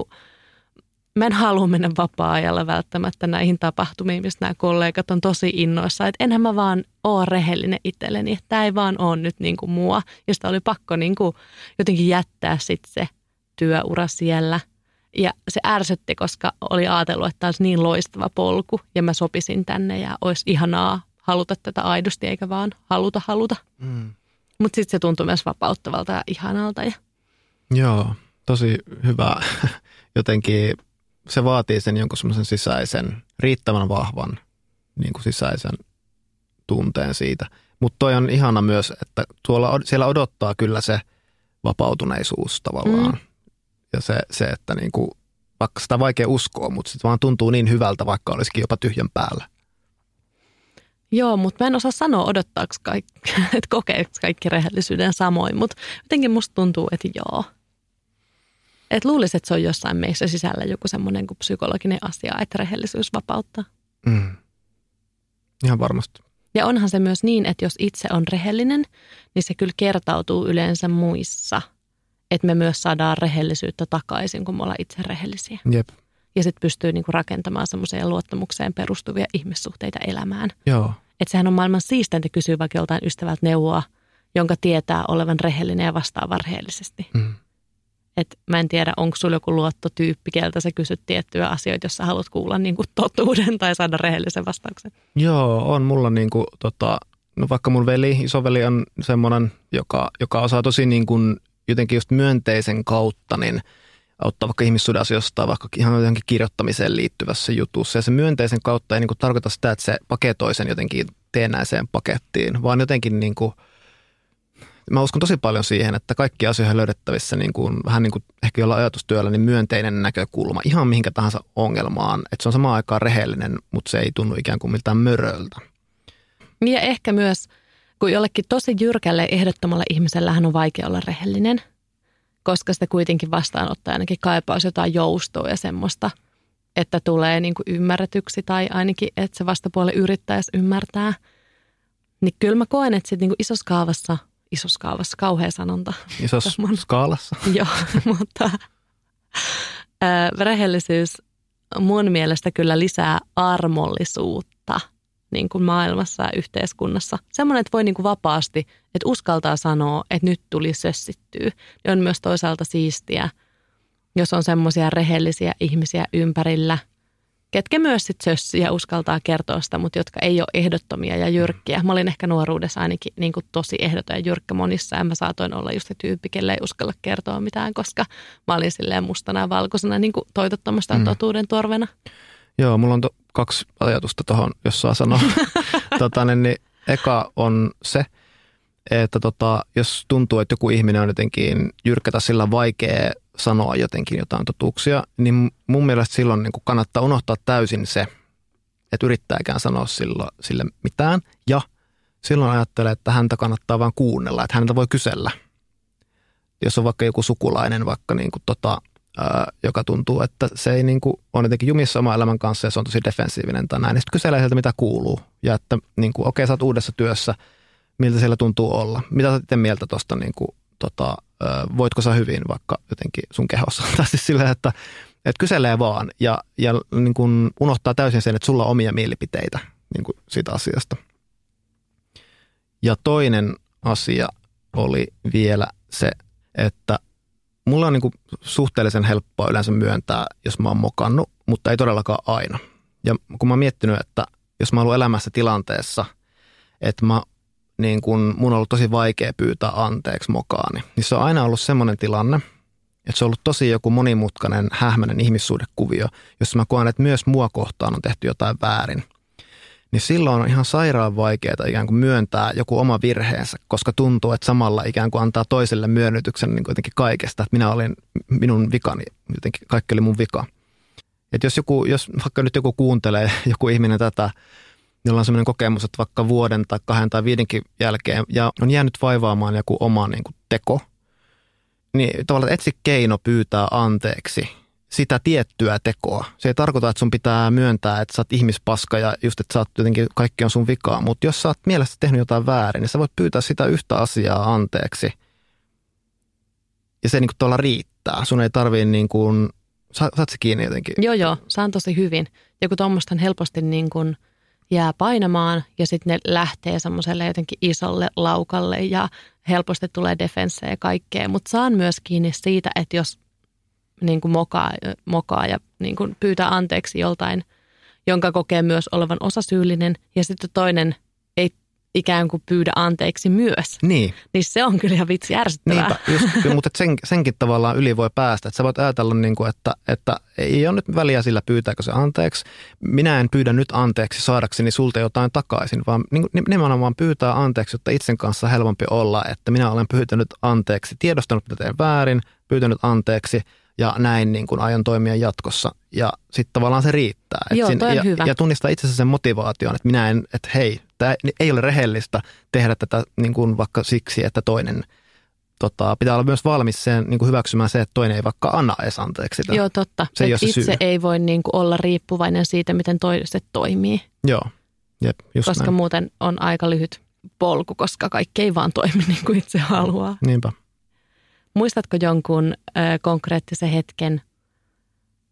mä en halua mennä vapaa-ajalla välttämättä näihin tapahtumiin, mistä nämä kollegat on tosi innoissa. Että enhän mä vaan ole rehellinen itselleni, että tämä ei vaan ole nyt niin kuin mua. Ja sitä oli pakko niin kuin jotenkin jättää sitten se työura siellä. Ja se ärsytti, koska oli ajatellut, että tämä olisi niin loistava polku ja mä sopisin tänne ja olisi ihanaa haluta tätä aidosti eikä vaan haluta. Mutta sitten se tuntui myös vapauttavalta ja ihanalta. Joo, tosi hyvä. Jotenkin se vaatii sen jonkun semmoisen sisäisen, riittävän vahvan niin kuin sisäisen tunteen siitä. Mutta toi on ihana myös, että siellä odottaa kyllä se vapautuneisuus tavallaan. Ja se että niinku, vaikka sitä on vaikea uskoa, mutta sitten vaan tuntuu niin hyvältä, vaikka olisikin jopa tyhjän päällä. Joo, mutta mä en osaa sanoa odottaako kaikki, että kokeeko kaikki rehellisyyden samoin, mutta jotenkin musta tuntuu, että joo. Että luulisin, että se on jossain meissä sisällä joku semmoinen kuin psykologinen asia, että rehellisyys vapauttaa. Ihan varmasti. Ja onhan se myös niin, että jos itse on rehellinen, niin se kyllä kertautuu yleensä muissa. Että me myös saadaan rehellisyyttä takaisin, kun me ollaan itse rehellisiä. Jep. ja sitten pystyy niin kuin rakentamaan semmoiseen luottamukseen perustuvia ihmissuhteita elämään. Joo. Että sehän on maailman siisteintä kysyä vaikka joltain ystävältä neuvoa, jonka tietää olevan rehellinen ja vastaa rehellisesti. Että mä en tiedä, onko sulla joku luottotyyppi, keltä sä kysyt tiettyjä asioita, jos sä haluat kuulla niin kuin totuuden tai saada rehellisen vastauksen. Joo, on mulla niin kuin, no vaikka mun isoveli on semmoinen, joka osaa tosi niin kuin jotenkin just myönteisen kautta, niin auttaa vaikka ihmissuuden asioista tai vaikka ihan johonkin kirjoittamiseen liittyvässä jutussa. Ja se myönteisen kautta ei niin kuin tarkoita sitä, että se paketoi sen jotenkin teennäiseen pakettiin, vaan jotenkin niin kuin, mä uskon tosi paljon siihen, että kaikki asioihin löydettävissä niin kuin, vähän niin kuin ehkä jollain ajatustyöllä niin myönteinen näkökulma ihan mihinkä tahansa ongelmaan. Että se on samaan aikaan rehellinen, mutta se ei tunnu ikään kuin miltään möröltä. Ja ehkä myös, kun jollekin tosi jyrkälle ehdottomalla ihmisellähän on vaikea olla rehellinen, koska sitä kuitenkin vastaanottaa ainakin kaipaus jotain joustoa ja semmoista, että tulee niin kuin ymmärretyksi tai ainakin, että se vastapuoli yrittäisi ymmärtää. Niin kyllä mä koen, että sitten niin kuin isossa kaavassa, kauhea sanonta. Isossa skaalassa. Joo, mutta rehellisyys mun mielestä kyllä lisää armollisuutta niin kuin maailmassa ja yhteiskunnassa. Semmoinen, että voi niin kuin vapaasti, että uskaltaa sanoa, että nyt tuli sössittyä. Ja on myös toisaalta siistiä, jos on semmoisia rehellisiä ihmisiä ympärillä, ketkä myös sit sössii ja uskaltaa kertoa sitä, mutta jotka ei ole ehdottomia ja jyrkkiä. Mä olin ehkä nuoruudessa ainakin niin kuin tosi ehdoton ja jyrkkä monissa, ja mä saatoin olla just se tyyppi, kelle ei uskalla kertoa mitään, koska mä olin silleen mustana ja valkoisena niin kuin toitottomasta totuuden torvena. Joo, mulla on 2 ajatusta tuohon, jos saa sanoa. Niin eka on se, että jos tuntuu, että joku ihminen on jotenkin jyrkkä tai sillä vaikea sanoa jotenkin jotain totuuksia, niin mun mielestä silloin niin kuin kannattaa unohtaa täysin se, että yrittääkään sanoa sille mitään. Ja silloin ajattelee, että häntä kannattaa vaan kuunnella, että häntä voi kysellä. Jos on vaikka joku sukulainen, vaikka niin kuin joka tuntuu, että se ei niin kuin on jotenkin jumissa oman elämän kanssa ja se on tosi defensiivinen tai näin, niin sitten kyselee sieltä, mitä kuuluu. Ja että niin kuin, okei, sä oot uudessa työssä, miltä siellä tuntuu olla. Mitä sä oot itse mieltä tuosta, niin kuin, voitko sä hyvin vaikka jotenkin sun kehossa? Tai siis silleen, että kyselee vaan ja niin kuin unohtaa täysin sen, että sulla on omia mielipiteitä niin kuin siitä asiasta. Ja toinen asia oli vielä se, että mulla on niin kuin suhteellisen helppoa yleensä myöntää, jos mä oon mokannut, mutta ei todellakaan aina. Ja kun mä oon miettinyt, että jos mä oon ollut elämässä tilanteessa, että niin kun mun on ollut tosi vaikea pyytää anteeksi mokaani, niin se on aina ollut semmoinen tilanne, että se on ollut tosi joku monimutkainen, hähmäinen ihmissuhdekuvio, jossa mä koen, että myös mua kohtaan on tehty jotain väärin. Niin silloin on ihan sairaan vaikeaa ikään kuin myöntää joku oma virheensä, koska tuntuu, että samalla ikään kuin antaa toiselle myönnytyksen niin kuin jotenkin kaikesta, että minä olin minun vikani, jotenkin kaikki oli mun vika. Että jos vaikka nyt joku kuuntelee, joku ihminen tätä, jolla on sellainen kokemus, että vaikka vuoden tai 2 tai 5 jälkeen ja on jäänyt vaivaamaan joku oma niin kuin teko, niin tavallaan etsi keino pyytää anteeksi sitä tiettyä tekoa. Se ei tarkoita, että sun pitää myöntää, että sä oot ihmispaska ja just, että sä oot jotenkin, kaikki on sun vikaa. Mutta jos sä oot mielestä tehnyt jotain väärin, niin sä voit pyytää sitä yhtä asiaa anteeksi. Ja se niin kuin tuolla riittää. Sun ei tarvii niin kuin, saat se kiinni jotenkin? Joo, saan tosi hyvin. Joku tuommoista helposti niin kuin jää painamaan ja sitten ne lähtee semmoiselle jotenkin isolle laukalle ja helposti tulee defenssejä ja kaikkea. Mutta saan myös kiinni siitä, että jos niin kuin mokaa ja niin kuin pyytää anteeksi joltain, jonka kokee myös olevan osasyyllinen ja sitten toinen ei ikään kuin pyydä anteeksi myös. Niin se on kyllä ihan vitsi ärsyttävää. Niinpä, mutta senkin tavallaan yli voi päästä. Että sä voit ajatella, niin kuin, että ei ole nyt väliä sillä pyytääkö se anteeksi. Minä en pyydä nyt anteeksi saadakseni sulta jotain takaisin, vaan nimenomaan pyytää anteeksi, jotta itsen kanssa on helpompi olla, että minä olen pyytänyt anteeksi, tiedostanut mitä teen väärin, pyytänyt anteeksi ja näin niin kuin aion toimia jatkossa. Ja sitten tavallaan se riittää. Joo, toi on hyvä. Ja tunnistaa itsensä sen motivaation, että minä en, että hei, tämä ei ole rehellistä tehdä tätä niin kuin vaikka siksi, että toinen pitää olla myös valmis sen, niin kuin hyväksymään se, että toinen ei vaikka anna edes anteeksi sitä. Joo, totta. Se ei itse syy. Ei voi niin kuin olla riippuvainen siitä, miten toiset toimii. Joo, jep, just koska näin. Muuten on aika lyhyt polku, koska kaikki ei vaan toimi niin kuin itse haluaa. Niinpä. Muistatko jonkun konkreettisen hetken,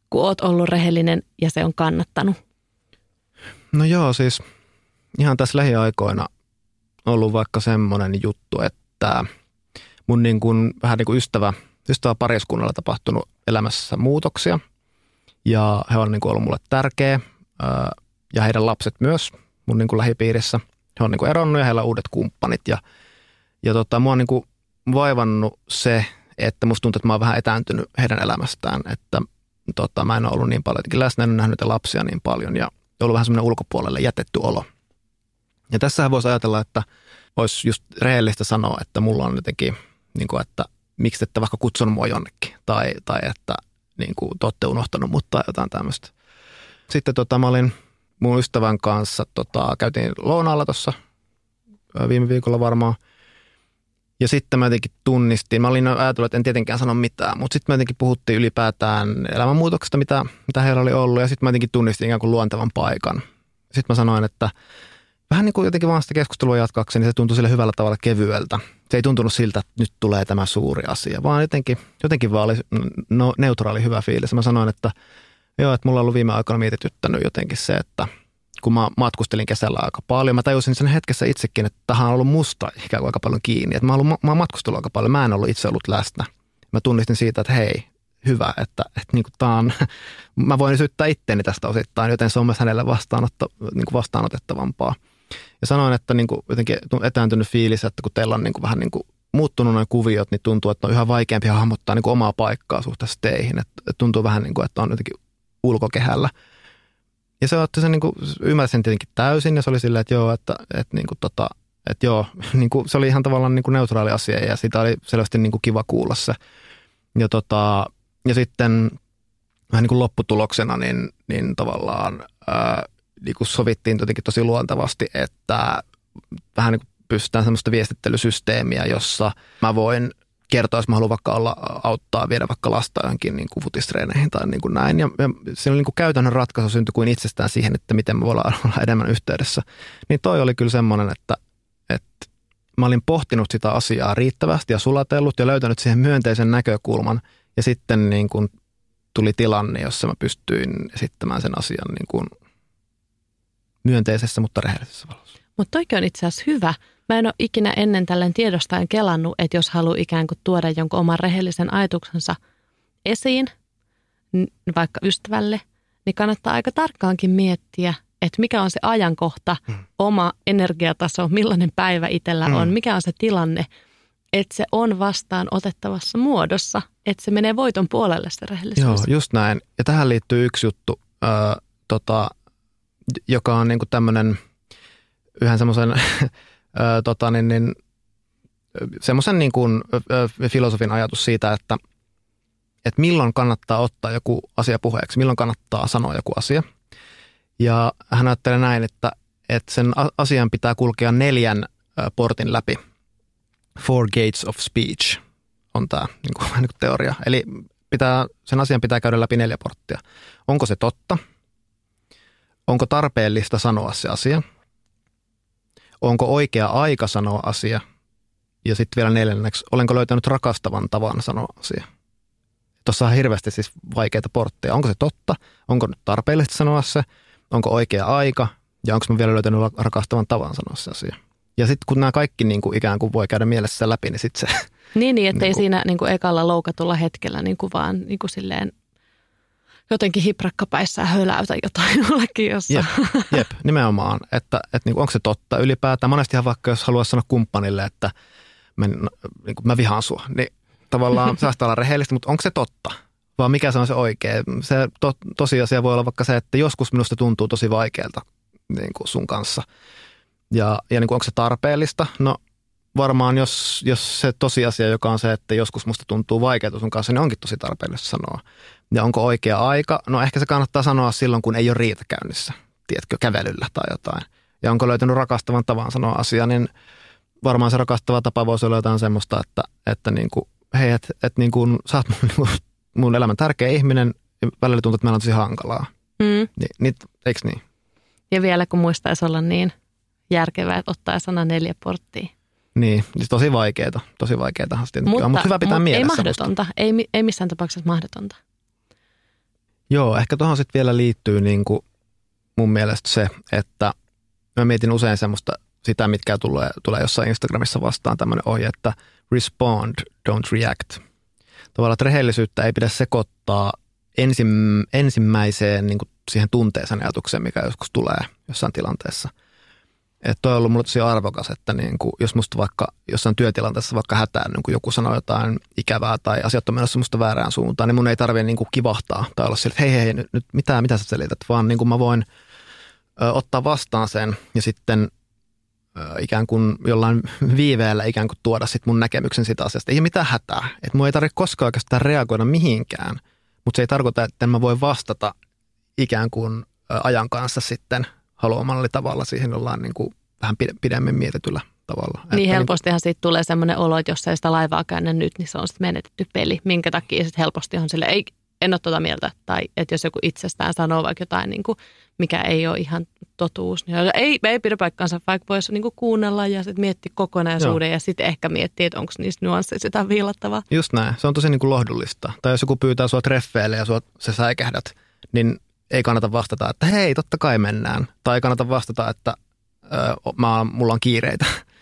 kun oot ollut rehellinen ja se on kannattanut? No joo, siis ihan tässä lähiaikoina ollut vaikka semmoinen juttu, että mun niin kuin, vähän niin kuin ystävä pariskunnalla tapahtunut elämässä muutoksia ja he on niin kuin ollut mulle tärkeä ja heidän lapset myös mun niin kuin lähipiirissä. He on niin kuin eronnut ja heillä on uudet kumppanit ja mua on niin kuin vaivannut se, että musta tuntuu, että mä oon vähän etääntynyt heidän elämästään, että mä en ole ollut niin paljon jotenkin läsnä, en ole nähnyt lapsia niin paljon ja ollut vähän semmoinen ulkopuolelle jätetty olo. Ja tässähän voisi ajatella, että olisi just rehellistä sanoa, että mulla on jotenkin, niin kuin, että miksi ette vaikka kutsunut mua jonnekin tai että niin kuin, te olette unohtanut mut tai jotain tämmöistä. Sitten mä olin mun ystävän kanssa, käytiin lounaalla tuossa viime viikolla varmaan. Ja sitten mä jotenkin tunnistin, mä olin ajatellut, että en tietenkään sano mitään, mutta sitten me jotenkin puhuttiin ylipäätään elämänmuutoksesta, mitä heillä oli ollut. Ja sitten mä jotenkin tunnistin ikään kuin luontevan paikan. Sitten mä sanoin, että vähän niin kuin jotenkin vaan sitä keskustelua jatkakseni, se tuntui sille hyvällä tavalla kevyeltä. Se ei tuntunut siltä, että nyt tulee tämä suuri asia, vaan jotenkin vaan oli neutraali hyvä fiilis. Mä sanoin, että joo, että mulla on ollut viime aikoina mietityttänyt jotenkin se, että kun mä matkustelin kesällä aika paljon, mä tajusin sen hetkessä itsekin, että tähän on ollut musta ikään kuin aika paljon kiinni. Että mä oon matkustellut aika paljon, mä en ollut itse ollut läsnä. Mä tunnistin siitä, että hei, hyvä, että niin kuin tää on, mä voin syyttää itteeni tästä osittain, joten se on myös hänelle niin kuin vastaanotettavampaa. Ja sanoin, että niin kuin jotenkin etääntynyt fiilis, että kun teillä on niin kuin vähän niin kuin muuttunut noin kuviot, niin tuntuu, että on yhä vaikeampi hahmottaa niin kuin omaa paikkaa suhteessa teihin. Että tuntuu vähän niin kuin, että on jotenkin ulkokehällä. Ja se otti sen, niin kuin, ymmärsin sen tietenkin täysin ja se oli silleen, että joo, että niin kuin, että joo, niin kuin, se oli ihan tavallaan niin kuin neutraali asia ja sitä oli selvästi niin kuin kiva kuulla se. Ja sitten vähän niin kuin lopputuloksena niin tavallaan niin kuin sovittiin jotenkin tosi luontevasti, että vähän niin kuin pystytään semmoista viestittelysysteemiä, jossa mä voin kertoa, jos mä haluan vaikka auttaa, viedä vaikka lasta johonkin niin kuin futistreeneihin tai niin kuin näin. Ja siinä oli niin kuin käytännön ratkaisu syntyi kuin itsestään siihen, että miten me voidaan olla enemmän yhteydessä. Niin toi oli kyllä semmoinen, että mä olin pohtinut sitä asiaa riittävästi ja sulatellut ja löytänyt siihen myönteisen näkökulman. Ja sitten niin kuin tuli tilanne, jossa mä pystyin esittämään sen asian niin kuin myönteisessä, mutta rehellisessä valossa. Mutta toikin on itse asiassa hyvä. Mä en ole ikinä ennen tällainen tiedostaen kelannut, että jos haluaa ikään kuin tuoda jonkun oman rehellisen ajatuksensa esiin, vaikka ystävälle, niin kannattaa aika tarkkaankin miettiä, että mikä on se ajankohta, oma energiataso, millainen päivä itsellä on, mikä on se tilanne, että se on vastaan otettavassa muodossa, että se menee voiton puolelle se rehellisyys. Joo, just näin. Ja tähän liittyy yksi juttu, joka on niin kuin tämmöinen yhden semmoisen semmoisen niin kuin filosofin ajatus siitä, että milloin kannattaa ottaa joku asia puheeksi, milloin kannattaa sanoa joku asia. Ja hän ajattelee näin, että sen asian pitää kulkea 4 portin läpi. 4 gates of speech on tämä niin kuin teoria. Eli sen asian pitää käydä läpi 4 porttia. Onko se totta? Onko tarpeellista sanoa se asia? Onko oikea aika sanoa asia? Ja sitten vielä 4. Olenko löytänyt rakastavan tavan sanoa asia? Tuossa on hirveästi siis vaikeita portteja. Onko se totta? Onko nyt tarpeellista sanoa se? Onko oikea aika? Ja onko mä vielä löytänyt rakastavan tavan sanoa se asia? Ja sitten kun nämä kaikki niin kuin ikään kuin voi käydä mielessä läpi, niin sitten se... Niin, ettei niin kuin, siinä niin kuin ekalla loukatulla hetkellä niin kuin vaan niin kuin silleen jotenkin hiprakkapäissään höyläytä jotain jollekin jossa. Jep, nimenomaan. Että niin kuin, onko se totta ylipäätään? Monestihan vaikka jos haluaa sanoa kumppanille, että mä vihaan sua, niin tavallaan saattaa olla rehellistä, mutta onko se totta? Vaan mikä se on se oikea? Se tosiasia voi olla vaikka se, että joskus minusta tuntuu tosi vaikealta niin kuin sun kanssa. Ja niin kuin, onko se tarpeellista? No varmaan jos se tosiasia, joka on se, että joskus musta tuntuu vaikealta sun kanssa, niin onkin tosi tarpeellista sanoa. Ja onko oikea aika? No ehkä se kannattaa sanoa silloin, kun ei ole riita käynnissä, tiedätkö, kävelyllä tai jotain. Ja onko löytänyt rakastavan tavan sanoa asia, niin varmaan se rakastava tapa voisi olla jotain semmoista, että niin kuin, hei, että niin kuin, sä oot mun elämän tärkeä ihminen ja välillä tuntuu, että meillä on tosi hankalaa. Niin, eikö niin? Ja vielä kun muistaisi olla niin järkevää, että ottaa sana 4 porttia. Niin, tosi vaikeaa tietenkin. Mutta hyvä pitää mielessä. Ei mahdotonta, ei missään tapauksessa mahdotonta. Joo, ehkä tuohon sitten vielä liittyy niin kuin mun mielestä se, että mä mietin usein sitä, mitkä tulee jossain Instagramissa vastaan tämmöinen ohje, että respond, don't react. Tavallaan, että rehellisyyttä ei pidä sekoittaa ensimmäiseen niin kuin siihen tunteeseen ajatukseen, mikä joskus tulee jossain tilanteessa. Että toi on ollut mulle tosi arvokas, että niin kuin, jos musta vaikka jossain työtilanteessa vaikka hätään, niin kun joku sanoo jotain ikävää tai asiat on menossa musta väärään suuntaan, niin mun ei tarvitse niin kuin kivahtaa tai olla sille, että hei, nyt mitä sä selität, vaan niin kuin mä voin ottaa vastaan sen ja sitten ikään kuin jollain viiveellä ikään kuin tuoda sit mun näkemyksen siitä asiasta. Ei mitään hätää, että mun ei tarvitse koskaan oikeastaan reagoida mihinkään, mutta se ei tarkoita, että mä voin vastata ikään kuin ajan kanssa sitten haluamalla tavalla siihen ollaan niin kuin vähän pidemmän mietityllä tavalla. Niin helpostihan siitä tulee semmoinen olo, että jos ei sitä laivaa käännä nyt, niin se on sitten menetetty peli. Minkä takia sitten helposti on silleen, en ole tuota mieltä. Tai että jos joku itsestään sanoo vaikka jotain, niin kuin, mikä ei ole ihan totuus, niin ei pidä paikkaansa, vaikka voisi niin kuin kuunnella ja sitten miettiä kokonaisuuden. Joo. Ja sitten ehkä miettiä, että onko niissä nuansseissa jotain viilattavaa. Just näin. Se on tosi niin kuin lohdullista. Tai jos joku pyytää sua treffeille ja sä säikähdät, niin ei kannata vastata, että hei, totta kai mennään. Tai ei kannata vastata, että mulla on kiireitä.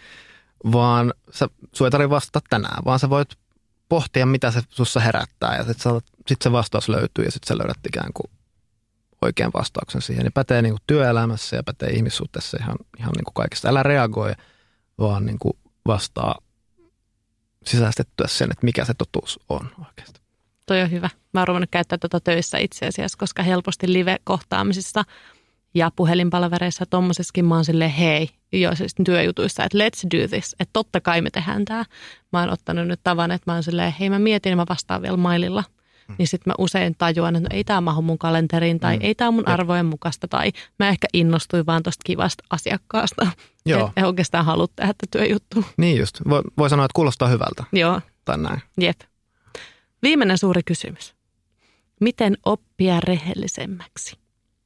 Vaan sua ei tarvitse vastata tänään, vaan sä voit pohtia, mitä se sussa herättää. Ja sit se vastaus löytyy ja sitten sä löydät ikään kuin oikean vastauksen siihen. Ja pätee niin kuin työelämässä ja pätee ihmissuhteessa ihan niin kuin kaikesta. Älä reagoi, vaan niin kuin vastaa sisäistettyä sen, että mikä se totuus on oikeasti. Toi on hyvä. Mä oon ruvennut käyttää tuota töissä itse asiassa, koska helposti live-kohtaamisissa ja puhelinpalvereissa tommosessakin mä oon silleen hei, siis työjutuissa, että let's do this, että totta kai me tehdään tää. Mä oon ottanut nyt tavan, että mä oon silleen hei mä mietin ja mä vastaan vielä maililla. Niin sit mä usein tajuan, että no, ei tää mahu mun kalenteriin tai ei tää mun arvojen mukaista tai mä ehkä innostuin vaan tosta kivasta asiakkaasta. Joo. En oikeastaan halua tehdä työjuttua. Niin just. Voi sanoa, että kuulostaa hyvältä. Joo. Tai näin. Jep. Viimeinen suuri kysymys. Miten oppia rehellisemmäksi?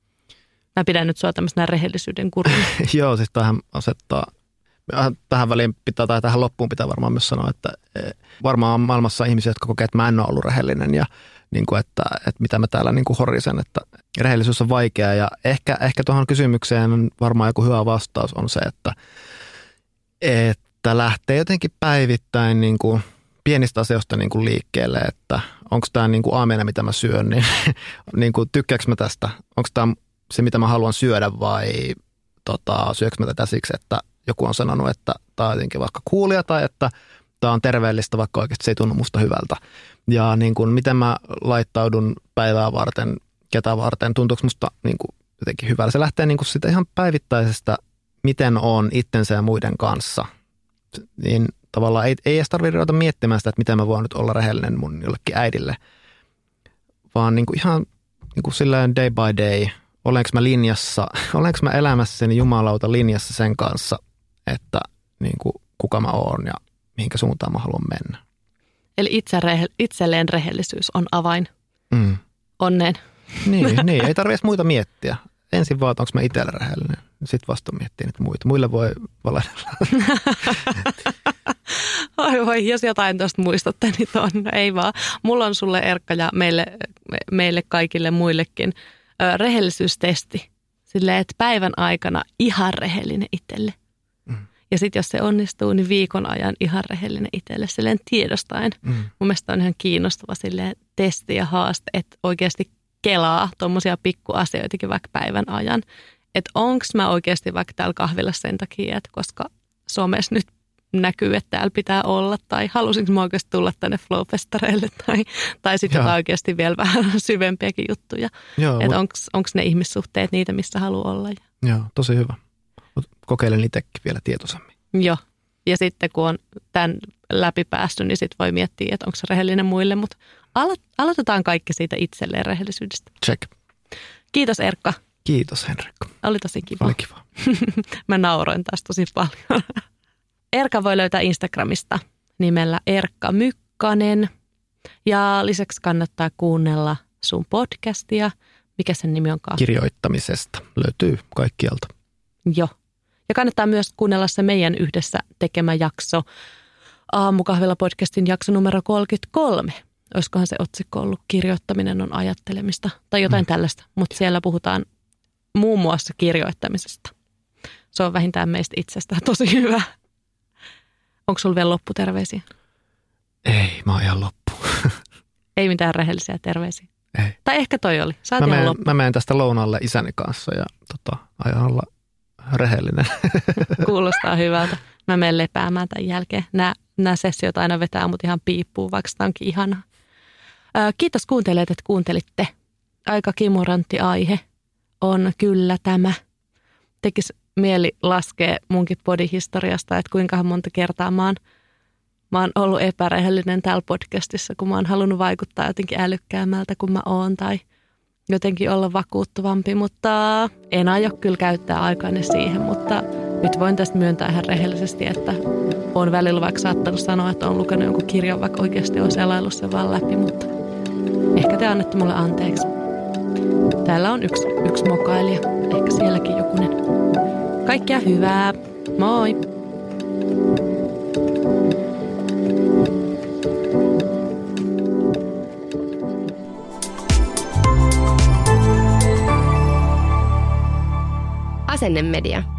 Mä pidän nyt sua tämmöisenä rehellisyyden kuruna. Joo, siis tähän asettaa, tähän väliin pitää tai tähän loppuun pitää varmaan myös sanoa, että varmaan on maailmassa ihmisiä, jotka kokee, että mä en ole ollut rehellinen ja niin kuin, että mitä mä täällä niin kuin horisen, että rehellisyys on vaikeaa ja ehkä tuohon kysymykseen varmaan joku hyvä vastaus on se, että lähtee jotenkin päivittäin niin kuin pienistä asioista niin kuin liikkeelle, että onko tämä niin kuin aamena, mitä mä syön, niin kuin tykkääkö mä tästä, onko tämä se, mitä mä haluan syödä vai syökö mä tätä siksi, että joku on sanonut, että tämä on jotenkin vaikka coolia tai että tämä on terveellistä, vaikka oikeasti se ei tunnu musta hyvältä. Ja niin kuin, miten mä laittaudun päivää varten, ketä varten, tuntuuko musta niin kuin jotenkin hyvältä. Se lähtee niin kuin sitä ihan päivittäisestä, miten on itsensä ja muiden kanssa. Niin tavallaan ei edes tarvitse ruveta miettimään sitä, että miten mä voin nyt olla rehellinen mun jollekin äidille, vaan niin kuin ihan niin kuin silleen day by day. Olenko mä elämässäni jumalauta linjassa sen kanssa, että niin kuin, kuka mä oon ja mihinkä suuntaan mä haluan mennä. Eli itselleen rehellisyys on avain onneen. Niin, ei tarvitse muita miettiä. Ensin vaan, onko mä itselle rehellinen. Sitten vasta miettii niitä muita. Muille voi valehdella. Oi, jos jotain tuosta muistatte, niin on. Ei vaan. Mulla on sulle, Erkka, ja meille kaikille muillekin rehellisyystesti. Silleen, että päivän aikana ihan rehellinen itselle. Ja sitten jos se onnistuu, niin viikon ajan ihan rehellinen itselle silleen tiedostaen. Mun mielestä on ihan kiinnostava silleen testi ja haaste, että oikeasti kelaa tuommoisia pikkuasioitakin vaikka päivän ajan. Että onko mä oikeasti vaikka täällä kahvilassa sen takia, että koska somessa nyt näkyy, että täällä pitää olla, tai halusinko mä oikeasti tulla tänne Flow-festareille, tai sitten jotain oikeasti vielä vähän syvempiäkin juttuja. Että onko ne ihmissuhteet niitä, missä haluaa olla. Joo, tosi hyvä. Kokeilen itsekin vielä tietoisemmin. Joo, ja sitten kun on tämän läpi päästy, niin sitten voi miettiä, että onko se rehellinen muille, mutta aloitetaan kaikki siitä itselleen rehellisyydestä. Check. Kiitos, Erkka. Kiitos, Henrikka. Oli tosi kiva. Oli kiva. Mä nauroin taas tosi paljon. Erkka voi löytää Instagramista nimellä Erkka Mykkänen. Ja lisäksi kannattaa kuunnella sun podcastia. Mikä sen nimi onkaan? Kirjoittamisesta. Löytyy kaikkialta. Joo. Ja kannattaa myös kuunnella se meidän yhdessä tekemä jakso, Aamukahvila podcastin jakso numero 33. olisikohan se otsikko ollut kirjoittaminen on ajattelemista tai jotain tällaista, mutta siellä puhutaan muun muassa kirjoittamisesta. Se on vähintään meistä itsestään tosi hyvä. Onko sulla vielä lopputerveisiä? Ei, mä oon ihan loppu. Ei mitään rehellisiä terveisiä? Ei. Tai ehkä toi oli. Mä menen tästä lounaalle isäni kanssa ja aion olla rehellinen. Kuulostaa hyvältä. Mä menen lepäämään tämän jälkeen. Nämä sessiot aina vetää mut ihan piippuun, vaikka sitä onkin ihanaa. Kiitos kuuntelijat, että kuuntelitte. Aika kimurantti aihe on kyllä tämä. Tekisi mieli laskea munkin podihistoriasta, että kuinka monta kertaa mä oon ollut epärehellinen täällä podcastissa, kun mä oon halunnut vaikuttaa jotenkin älykkäämmältä kuin mä oon tai jotenkin olla vakuuttavampi, mutta en aio kyllä käyttää aikaani siihen, mutta nyt voin tästä myöntää ihan rehellisesti, että oon välillä vaikka saattanut sanoa, että oon lukenut jonkun kirjan, vaikka oikeasti on selaillut sen vaan läpi, mutta ehkä te annette mulle anteeksi. Täällä on yksi mokailija, ehkä sielläkin jokunen. Kaikkea hyvää, moi! Asennemedia.